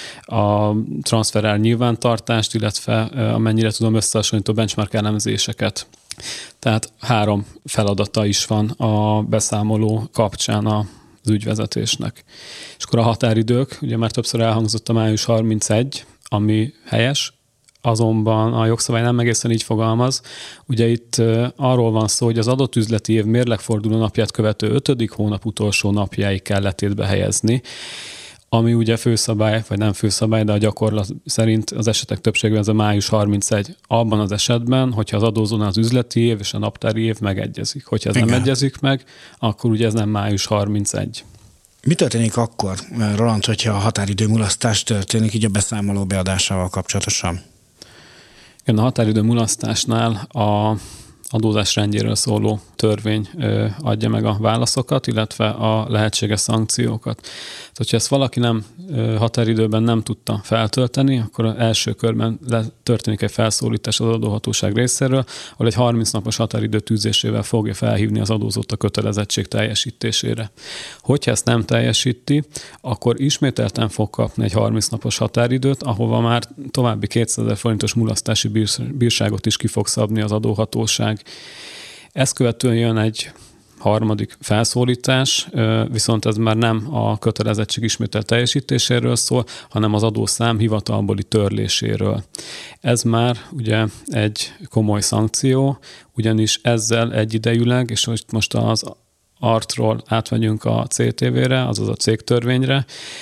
a transferár nyilvántartást, illetve amennyire tudom összehasonlító benchmark elemzéseket. Tehát három feladata is van a beszámoló kapcsán az ügyvezetésnek. És akkor a határidők, ugye már többször elhangzott a május harmincegy, ami helyes, azonban a jogszabály nem egészen így fogalmaz. Ugye itt arról van szó, hogy az adott üzleti év mérlegforduló napját követő ötödik hónap utolsó napjáig kell letétbe helyezni, ami ugye főszabály, vagy nem főszabály, de a gyakorlat szerint az esetek többségben ez a május harmincegy. Abban az esetben, hogyha az adózónál az üzleti év és a naptári év megegyezik. Hogyha ez Igen. nem egyezik meg, akkor ugye ez nem május harmincegy. Mi történik akkor, Roland, hogyha a határidő mulasztás történik így a beszámoló beadásával kapcsolatosan? Igen, a határidő mulasztásnál a adózás rendjéről szóló törvény adja meg a válaszokat, illetve a lehetséges szankciókat. Tehát, hogyha ezt valaki nem határidőben nem tudta feltölteni, akkor az első körben történik egy felszólítás az adóhatóság részéről, ahol egy harminc napos határidő tűzésével fogja felhívni az adózót a kötelezettség teljesítésére. Hogyha ezt nem teljesíti, akkor ismételten fog kapni egy harminc napos határidőt, ahova már további kétszázezer forintos mulasztási bírságot is ki fog szabni az adóhatóság. Ezt követően jön egy harmadik felszólítás, viszont ez már nem a kötelezettség ismételt teljesítéséről szól, hanem az adószám hivatalbeli törléséről. Ez már ugye egy komoly szankció, ugyanis ezzel egyidejűleg, és most az artról átmegyünk a cé té vé-re, azaz a cégtörvényre,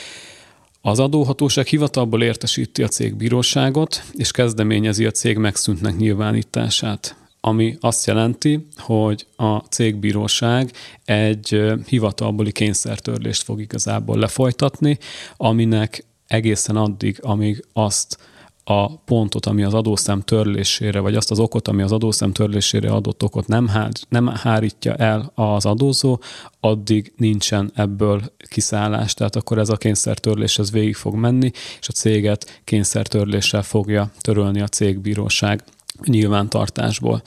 az adóhatóság hivatalból értesíti a cégbíróságot, és kezdeményezi a cég megszűntnek nyilvánítását, ami azt jelenti, hogy a cégbíróság egy hivatalbeli kényszertörlést fog igazából lefolytatni, aminek egészen addig, amíg azt a pontot, ami az adószám törlésére, vagy azt az okot, ami az adószám törlésére adott okot nem, hár, nem hárítja el az adózó, addig nincsen ebből kiszállás. Tehát akkor ez a kényszertörlés ez végig fog menni, és a céget kényszertörléssel fogja törölni a cégbíróság nyilvántartásból.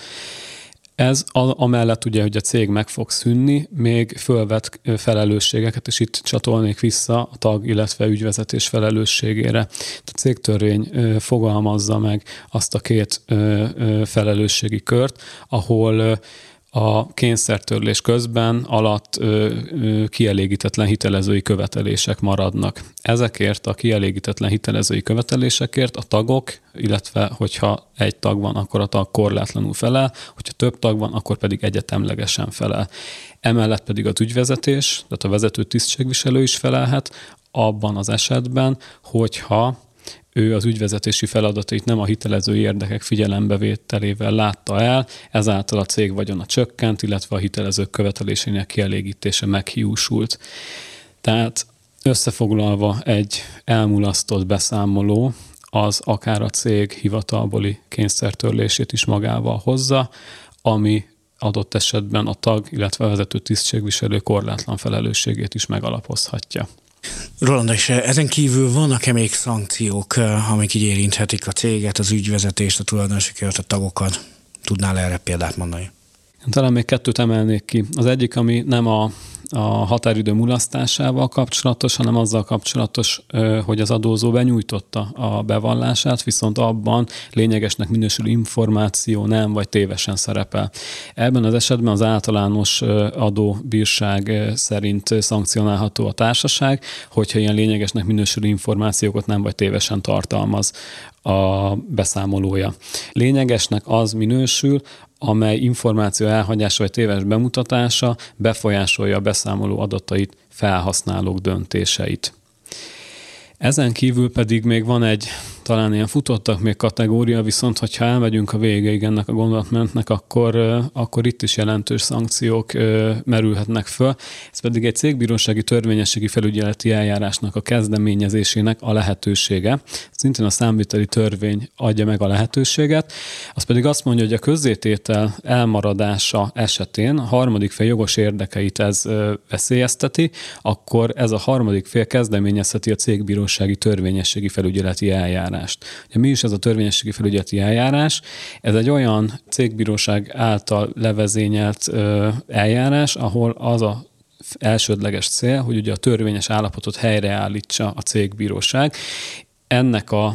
Ez a, amellett ugye, hogy a cég meg fog szűnni, még fölvet felelősségeket, és itt csatolnék vissza a tag, illetve ügyvezetés felelősségére. A cégtörvény fogalmazza meg azt a két felelősségi kört, ahol a kényszertörlés közben alatt ö, ö, kielégítetlen hitelezői követelések maradnak. Ezekért a kielégítetlen hitelezői követelésekért a tagok, illetve hogyha egy tag van, akkor a tag korlátlanul felel, hogyha több tag van, akkor pedig egyetemlegesen felel. Emellett pedig az ügyvezetés, tehát a vezető tisztségviselő is felelhet abban az esetben, hogyha ő az ügyvezetési feladatait nem a hitelezői érdekek figyelembevételével látta el, ezáltal a cég vagyona csökkent, illetve a hitelezők követelésének kielégítése meghiúsult. Tehát összefoglalva egy elmulasztott beszámoló az akár a cég hivatalbeli kényszertörlését is magával hozza, ami adott esetben a tag, illetve a vezető tisztségviselő korlátlan felelősségét is megalapozhatja. Roland, és ezen kívül vannak-e még szankciók, amik így érinthetik a céget, az ügyvezetést, a tulajdonosi kört, a tagokat? Tudnál erre példát mondani? Talán még kettőt emelnék ki. Az egyik, ami nem a, a határidő mulasztásával kapcsolatos, hanem azzal kapcsolatos, hogy az adózó benyújtotta a bevallását, viszont abban lényegesnek minősülő információ nem vagy tévesen szerepel. Ebben az esetben az általános adóbírság szerint szankcionálható a társaság, hogyha ilyen lényegesnek minősülő információkat nem vagy tévesen tartalmaz a beszámolója. Lényegesnek az minősül, amely információ elhagyása vagy téves bemutatása befolyásolja a beszámoló adatait, felhasználók döntéseit. Ezen kívül pedig még van egy talán ilyen futottak még kategória, viszont hogyha elmegyünk a végéig ennek a gondolatmenetnek, akkor, akkor itt is jelentős szankciók merülhetnek föl. Ez pedig egy cégbírósági törvényességi felügyeleti eljárásnak a kezdeményezésének a lehetősége. Szintén a számviteli törvény adja meg a lehetőséget. Az pedig azt mondja, hogy a közzététel elmaradása esetén a harmadik fél jogos érdekeit ez veszélyezteti, akkor ez a harmadik fél kezdeményezheti a cégbírósági törvényességi felügyeleti eljárást. Ugye mi is ez a törvényességi felügyeleti eljárás? Ez egy olyan cégbíróság által levezényelt ö, eljárás, ahol az a elsődleges cél, hogy ugye a törvényes állapotot helyreállítsa a cégbíróság. Ennek a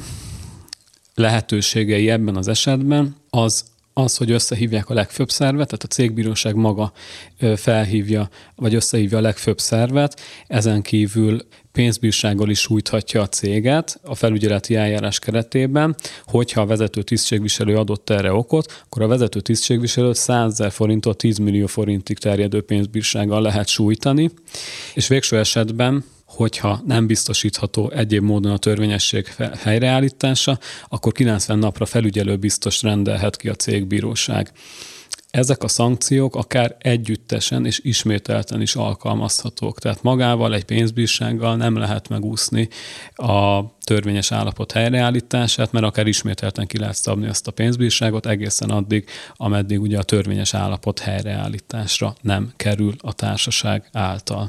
lehetőségei ebben az esetben az, az, hogy összehívják a legfőbb szervet, tehát a cégbíróság maga felhívja, vagy összehívja a legfőbb szervet, ezen kívül pénzbírsággal is sújthatja a céget a felügyeleti eljárás keretében, hogyha a vezető tisztségviselő adott erre okot, akkor a vezető tisztségviselőt százezer forinttól tíz millió forintig terjedő pénzbírsággal lehet sújtani, és végső esetben, hogyha nem biztosítható egyéb módon a törvényesség helyreállítása, akkor kilencven napra felügyelő biztos rendelhet ki a cégbíróság. Ezek a szankciók akár együttesen és ismételten is alkalmazhatók. Tehát magával egy pénzbírsággal nem lehet megúszni a törvényes állapot helyreállítását, mert akár ismételten ki lehet szabni ezt a pénzbírságot egészen addig, ameddig ugye a törvényes állapot helyreállításra nem kerül a társaság által.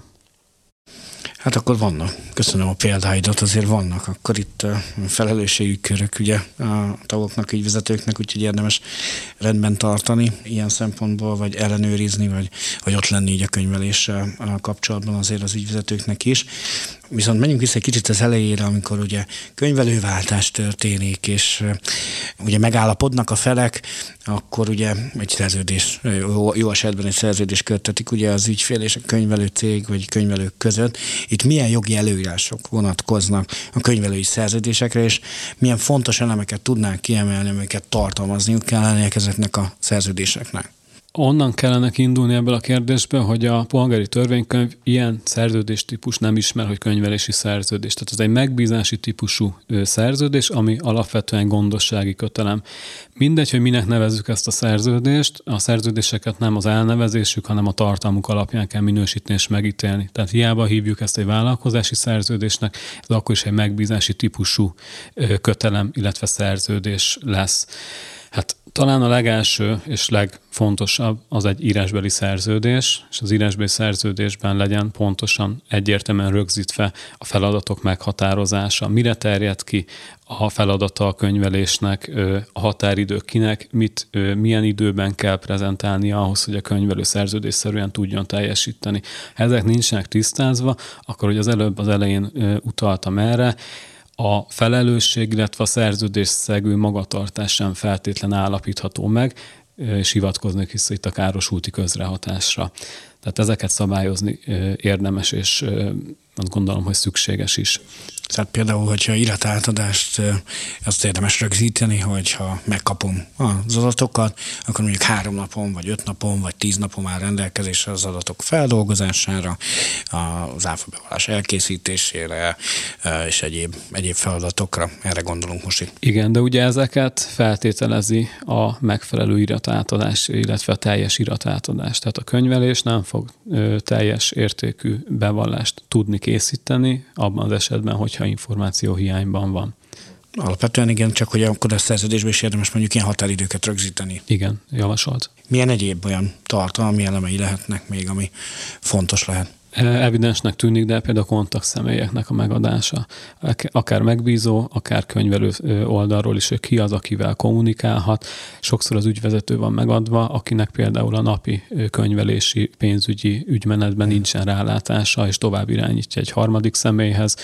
Hát akkor vannak. Köszönöm a példáidat, azért vannak. Akkor itt felelősségű körök ugye a tagoknak, ügyvezetőknek, úgyhogy érdemes rendben tartani ilyen szempontból, vagy ellenőrizni, vagy, vagy ott lenni így a könyveléssel kapcsolatban azért az ügyvezetőknek is. Viszont menjünk vissza egy kicsit az elejére, amikor ugye könyvelőváltás történik, és ugye megállapodnak a felek, akkor ugye egy szerződés, jó, jó esetben egy szerződés köttetik ugye az ügyfél és a könyvelő cég, vagy könyvelők között. Itt milyen jogi előírások vonatkoznak a könyvelői szerződésekre, és milyen fontos elemeket tudnánk kiemelni, amiket tartalmazniuk kellene ezeknek a szerződéseknek? Onnan kellene kiindulni ebből a kérdésből, hogy a polgári törvénykönyv ilyen szerződéstípus nem ismer, hogy könyvelési szerződés. Tehát ez egy megbízási típusú szerződés, ami alapvetően gondossági kötelem. Mindegy, hogy minek nevezzük ezt a szerződést, a szerződéseket nem az elnevezésük, hanem a tartalmuk alapján kell minősíteni és megítélni. Tehát hiába hívjuk ezt egy vállalkozási szerződésnek, ez akkor is egy megbízási típusú kötelem, illetve szerződés lesz. Hát talán a legelső és legfontosabb az egy írásbeli szerződés, és az írásbeli szerződésben legyen pontosan egyértelműen rögzítve a feladatok meghatározása, mire terjed ki a feladata a könyvelésnek, a határidő kinek, mit, milyen időben kell prezentálni ahhoz, hogy a könyvelő szerződésszerűen tudjon teljesíteni. Ha ezek nincsenek tisztázva, akkor, hogy az előbb az elején utaltam erre, a felelősség, illetve a szerződésszegő magatartás sem feltétlen állapítható meg, és hivatkoznék vissza itt a károsulti közrehatásra. Tehát ezeket szabályozni érdemes, és azt gondolom, hogy szükséges is. Tehát például, hogyha iratátadást, azt érdemes rögzíteni, hogyha megkapom az adatokat, akkor mondjuk három napon, vagy öt napon, vagy tíz napon áll rendelkezésre az adatok feldolgozására, az áfabevallás elkészítésére, és egyéb, egyéb feladatokra. Erre gondolunk most itt. Igen, de ugye ezeket feltételezi a megfelelő iratátadás, illetve a teljes iratátadás. Tehát a könyvelés nem fog teljes értékű bevallást tudni készíteni, abban az esetben, hogyha információ hiányban van. Alapvetően igen, csak hogy akkor a szerződésben is érdemes mondjuk ilyen határidőket rögzíteni. Igen, javasolt. Milyen egyéb olyan tartalmi elemei lehetnek még, ami fontos lehet? Evidensnek tűnik, de például a kontaktszemélyeknek a megadása. Akár megbízó, akár könyvelő oldalról is, ki az, akivel kommunikálhat. Sokszor az ügyvezető van megadva, akinek például a napi könyvelési pénzügyi ügymenetben nincsen rálátása, és tovább irányítja egy harmadik személyhez,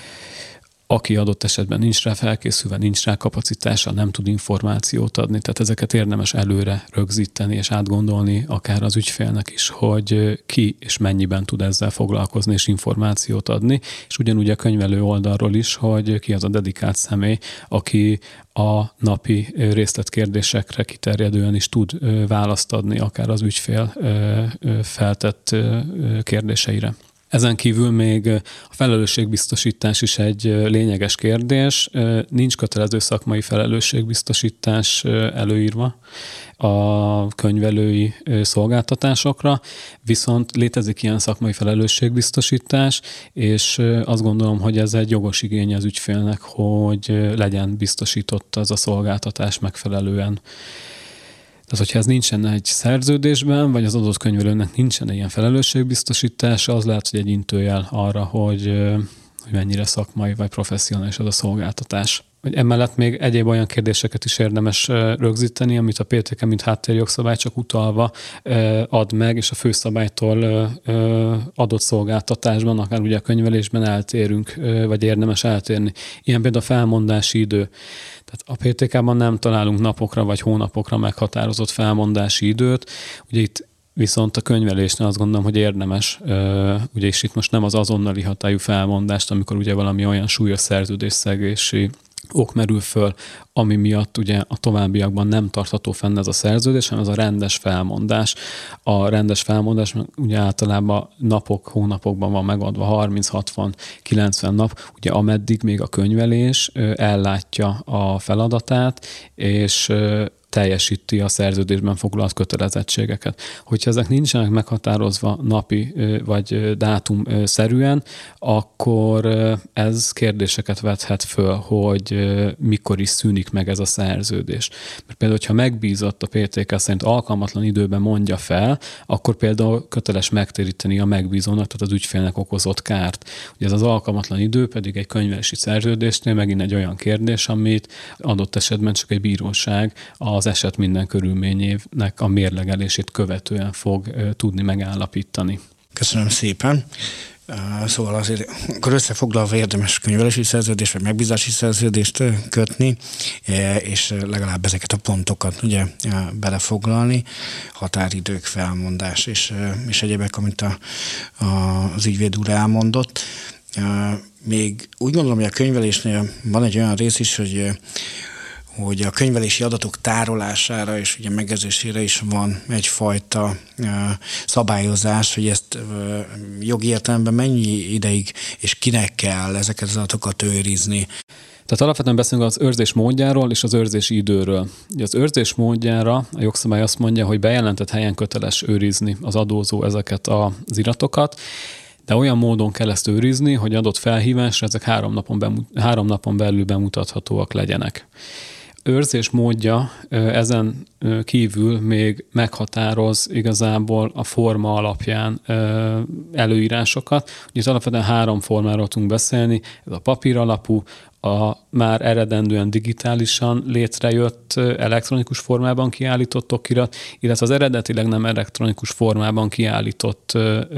aki adott esetben nincs rá felkészülve, nincs rá kapacitása, nem tud információt adni. Tehát ezeket érdemes előre rögzíteni és átgondolni akár az ügyfélnek is, hogy ki és mennyiben tud ezzel foglalkozni és információt adni. És ugyanúgy a könyvelő oldalról is, hogy ki az a dedikált személy, aki a napi részletkérdésekre kiterjedően is tud választ adni akár az ügyfél feltett kérdéseire. Ezen kívül még a felelősségbiztosítás is egy lényeges kérdés. Nincs kötelező szakmai felelősségbiztosítás előírva a könyvelői szolgáltatásokra, viszont létezik ilyen szakmai felelősségbiztosítás, és azt gondolom, hogy ez egy jogos igény az ügyfélnek, hogy legyen biztosított az a szolgáltatás megfelelően. Tehát, hogyha ez nincsen egy szerződésben, vagy az adott könyvelőnek nincsen ilyen felelősségbiztosítása, az lehet, hogy egy intőjel arra, hogy, hogy mennyire szakmai vagy professzionális az a szolgáltatás. hogy emellett még egyéb olyan kérdéseket is érdemes rögzíteni, amit a pé té ká, mint háttérjogszabály csak utalva ad meg, és a főszabálytól adott szolgáltatásban, akár ugye a könyvelésben eltérünk, vagy érdemes eltérni. Ilyen például a felmondási idő. Tehát a pé té ká-ban nem találunk napokra vagy hónapokra meghatározott felmondási időt. Ugye itt viszont a könyvelésnél azt gondolom, hogy érdemes, ugye és itt most nem az azonnali hatályú felmondást, amikor ugye valami olyan súlyos szerződésszegési ok merül föl, ami miatt ugye a továbbiakban nem tartható fenn ez a szerződés, hanem ez a rendes felmondás. A rendes felmondás ugye általában napok, hónapokban van megadva, harminc, hatvan, kilencven nap, ugye ameddig még a könyvelés ellátja a feladatát, és teljesíti a szerződésben foglalt kötelezettségeket. Hogyha ezek nincsenek meghatározva napi vagy dátum szerűen, akkor ez kérdéseket vethet föl, hogy mikor is szűnik meg ez a szerződés. Mert például, hogyha megbízott a pé té ká szerint alkalmatlan időben mondja fel, akkor például köteles megtéríteni a megbízónak, tehát az ügyfélnek okozott kárt. Ugye ez az alkalmatlan idő pedig egy könyvelési szerződésnél megint egy olyan kérdés, amit adott esetben csak egy bíróság az az eset minden körülményének a mérlegelését követően fog tudni megállapítani. Köszönöm szépen. Szóval azért akkor összefoglalva érdemes könyvelési szerződést vagy megbízási szerződést kötni, és legalább ezeket a pontokat ugye belefoglalni, határidők, felmondás és, és egyébek, amit a, a, az ügyvéd úr elmondott. Még úgy gondolom, hogy a könyvelésnél van egy olyan rész is, hogy hogy a könyvelési adatok tárolására és ugye megezésére is van egyfajta uh, szabályozás, hogy ezt uh, jogi értelemben mennyi ideig és kinek kell ezeket az adatokat őrizni. Tehát alapvetően beszélünk az őrzés módjáról és az őrzési időről. Ugye az őrzés módjára a jogszabály azt mondja, hogy bejelentett helyen köteles őrizni az adózó ezeket az iratokat, de olyan módon kell ezt őrizni, hogy adott felhívásra ezek három napon, bemut- három napon belül bemutathatóak legyenek. Őrzés módja ezen kívül még meghatároz igazából a forma alapján előírásokat. Ugye alapvetően három formáról tudunk beszélni, ez a papír alapú, a már eredendően digitálisan létrejött elektronikus formában kiállított okirat, illetve az eredetileg nem elektronikus formában kiállított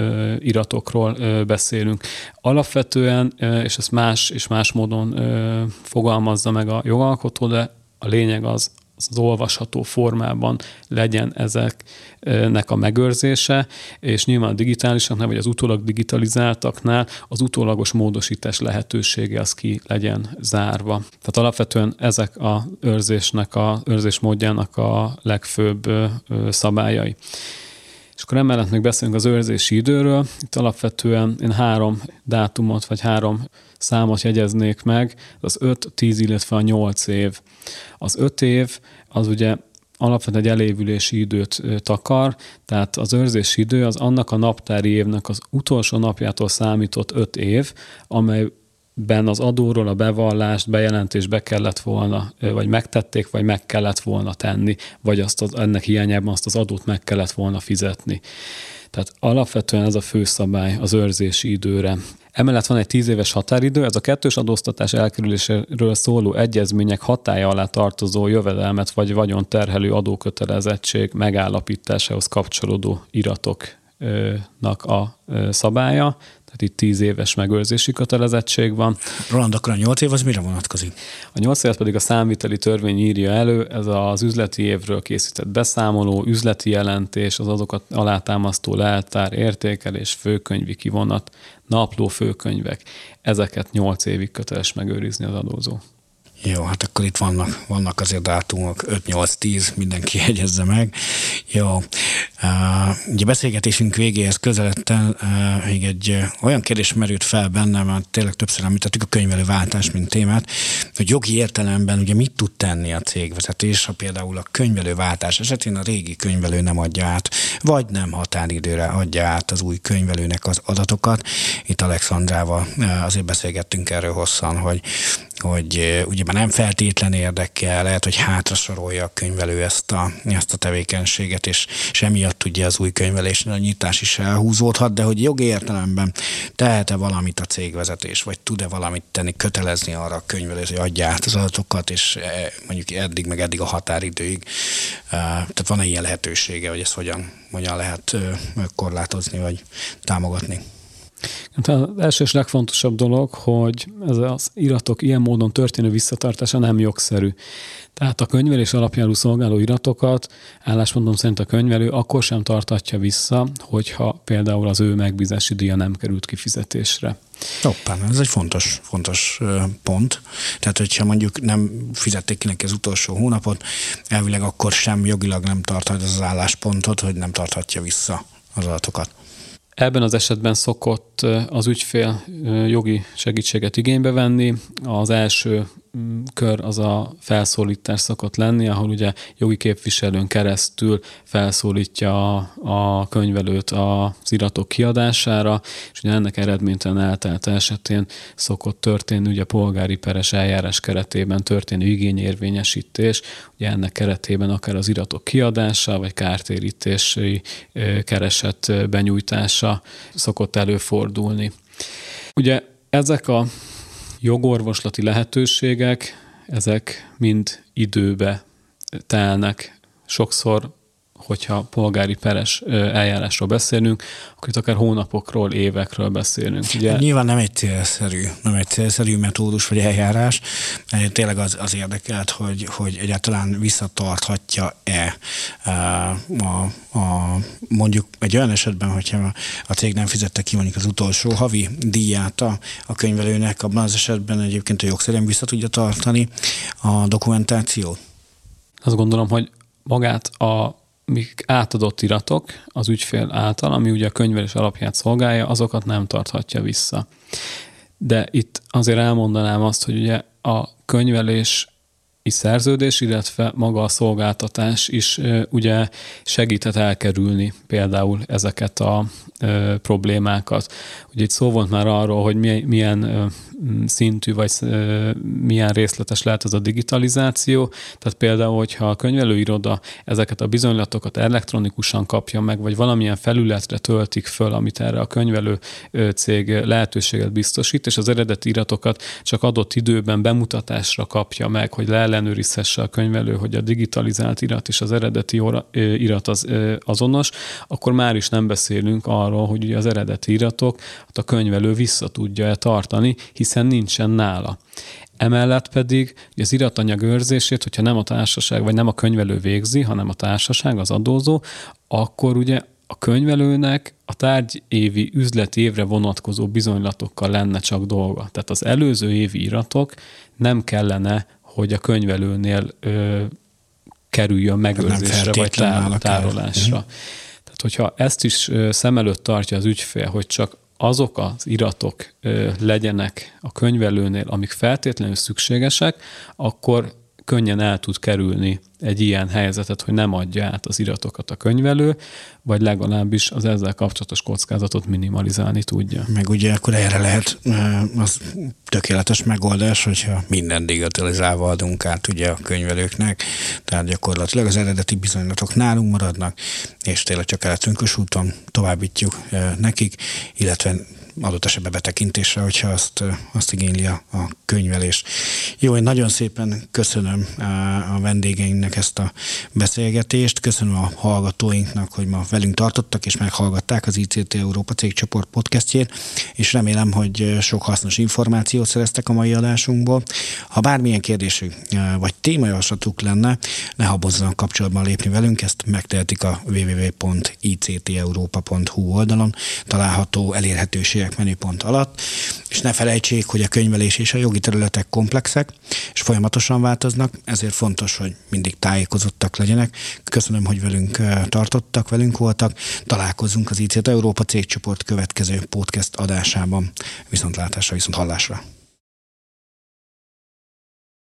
iratokról beszélünk. Alapvetően, és ezt más és más módon fogalmazza meg a jogalkotó, de a lényeg az, az olvasható formában legyen ezeknek a megőrzése, és nyilván a digitálisaknál, vagy az utólag digitalizáltaknál az utólagos módosítás lehetősége az ki legyen zárva. Tehát alapvetően ezek az őrzésnek, a őrzés módjának a legfőbb szabályai. És akkor emellett még beszélünk az őrzési időről. Itt alapvetően én három dátumot, vagy három számot jegyeznék meg, az öt, tíz, illetve a nyolc év. Az öt év az ugye alapvetően egy elévülési időt takar, tehát az őrzési idő az annak a naptári évnek az utolsó napjától számított öt év, amelyben az adóról a bevallást, bejelentést be kellett volna, vagy megtették, vagy meg kellett volna tenni, vagy azt az, ennek hiányában azt az adót meg kellett volna fizetni. Tehát alapvetően ez a fő szabály az őrzési időre. Emellett van egy tíz éves határidő, ez a kettős adóztatás elkerüléséről szóló egyezmények hatálya alá tartozó jövedelmet vagy vagyon terhelő adókötelezettség megállapításához kapcsolódó iratoknak a szabálya. Tehát itt tíz éves megőrzési kötelezettség van. Roland, akkor a nyolc év az mire vonatkozik? A nyolc év pedig a számviteli törvény írja elő, ez az üzleti évről készített beszámoló, üzleti jelentés, az azokat alátámasztó leltár, értékelés, főkönyvi kivonat, napló főkönyvek. Ezeket nyolc évig köteles megőrizni az adózó. Jó, hát akkor itt vannak, vannak azért dátumok, öt, nyolc, tíz, mindenki jegyezze meg. Jó, uh, ugye beszélgetésünk végéhez közeledten uh, még egy uh, olyan kérdés merült fel bennem, mert tényleg többször említettük a könyvelőváltás, mint témát, hogy jogi értelemben ugye mit tud tenni a cégvezetés, ha például a könyvelőváltás esetén a régi könyvelő nem adja át, vagy nem határidőre adja át az új könyvelőnek az adatokat. Itt Alexandrával uh, azért beszélgettünk erről hosszan, hogy hogy ugye már nem feltétlen érdekel, lehet, hogy hátrasorolja a könyvelő ezt a, ezt a tevékenységet, és, és emiatt ugye az új könyvelésnél a nyitás is elhúzódhat, de hogy jogi értelemben tehet-e valamit a cégvezetés, vagy tud-e valamit tenni, kötelezni arra a könyvelőt, hogy adja át az adatokat, és mondjuk eddig, meg eddig a határidőig. Tehát van-e ilyen lehetősége, hogy ezt hogyan, hogyan lehet korlátozni, vagy támogatni? Az első és legfontosabb dolog, hogy ez az iratok ilyen módon történő visszatartása nem jogszerű. Tehát a könyvelés alapjául szolgáló iratokat álláspontom szerint a könyvelő akkor sem tartatja vissza, hogyha például az ő megbízási díja nem került kifizetésre. Hoppá, ez egy fontos, fontos pont. Tehát, hogyha mondjuk nem fizették ki neki az utolsó hónapot, elvileg akkor sem jogilag nem tarthat az álláspontot, hogy nem tarthatja vissza az adatokat. Ebben az esetben szokott az ügyfél jogi segítséget igénybe venni. Az első kör az a felszólítás szokott lenni, ahol ugye jogi képviselőn keresztül felszólítja a, a könyvelőt az iratok kiadására, és ugye ennek eredménytelen eltelt esetén szokott történni ugye polgári peres eljárás keretében történő igényérvényesítés, ugye ennek keretében akár az iratok kiadása, vagy kártérítési kereset benyújtása szokott előfordulni. Ugye ezek a jogorvoslati lehetőségek, ezek mind időbe telnek. Sokszor, hogyha polgári peres eljárásról beszélünk, akkor itt akár hónapokról, évekről beszélünk. Ugye? Nyilván nem egy célszerű, nem egy célszerű metódus vagy eljárás. Tényleg az, az érdekelt, hogy, hogy egyáltalán visszatarthatja-e a, a, mondjuk egy olyan esetben, hogyha a cég nem fizette ki mondjuk az utolsó havi díját a, a könyvelőnek, abban az esetben egyébként a jogszerűen vissza tudja tartani a dokumentációt? Azt gondolom, hogy magát a mik átadott iratok az ügyfél által, ami ugye a könyvelés alapját szolgálja, azokat nem tarthatja vissza. De itt azért elmondanám azt, hogy ugye a könyvelési szerződés, illetve maga a szolgáltatás is ugye segített elkerülni például ezeket a ö, problémákat. Ugye itt szó volt már arról, hogy milyen, milyen ö, szintű vagy ö, milyen részletes lehet ez a digitalizáció. Tehát például, hogyha a könyvelőiroda ezeket a bizonylatokat elektronikusan kapja meg, vagy valamilyen felületre töltik föl, amit erre a könyvelő cég lehetőséget biztosít, és az eredeti iratokat csak adott időben bemutatásra kapja meg, hogy leellenőrizhesse a könyvelő, hogy a digitalizált irat és az eredeti irat az azonos, akkor már is nem beszélünk arról, hogy ugye az eredeti iratok a könyvelő vissza tudja-e tartani, hiszen nincsen nála. Emellett pedig az iratanyag őrzését, hogyha nem a társaság, vagy nem a könyvelő végzi, hanem a társaság, az adózó, akkor ugye a könyvelőnek a tárgyévi üzleti évre vonatkozó bizonylatokkal lenne csak dolga. Tehát az előző évi iratok nem kellene, hogy a könyvelőnél ö, kerüljön megőrzésre vagy tár- tárolásra. Uh-huh. Tehát, hogyha ezt is ö, szem előtt tartja az ügyfél, hogy csak azok az iratok ö, legyenek a könyvelőnél, amik feltétlenül szükségesek, akkor könnyen el tud kerülni egy ilyen helyzetet, hogy nem adja át az iratokat a könyvelő, vagy legalábbis az ezzel kapcsolatos kockázatot minimalizálni tudja. Meg ugye akkor erre lehet az tökéletes megoldás, hogyha minden digitalizálva adunk át ugye a könyvelőknek, tehát gyakorlatilag az eredeti bizonylatok nálunk maradnak, és tényleg csak elektronikus úton továbbítjuk nekik, illetve adott esetben betekintésre, hogyha azt, azt igényli a, a könyvelés. Jó, én nagyon szépen köszönöm a vendégeinknek ezt a beszélgetést, köszönöm a hallgatóinknak, hogy ma velünk tartottak és meghallgatták az i cé té Európa Cégcsoport podcastjét, és remélem, hogy sok hasznos információt szereztek a mai adásunkból. Ha bármilyen kérdésük vagy témajavaslatuk lenne, ne habozzanak kapcsolatban lépni velünk, ezt megtehetik a double-u double-u double-u pont i cé té európa pont hu oldalon található elérhetőségek menüpont alatt, és ne felejtsék, hogy a könyvelés és a jogi területek komplexek, és folyamatosan változnak, ezért fontos, hogy mindig tájékozottak legyenek. Köszönöm, hogy velünk tartottak, velünk voltak. Találkozunk az i cé té Európa Cégcsoport következő podcast adásában. Viszontlátásra, viszont hallásra.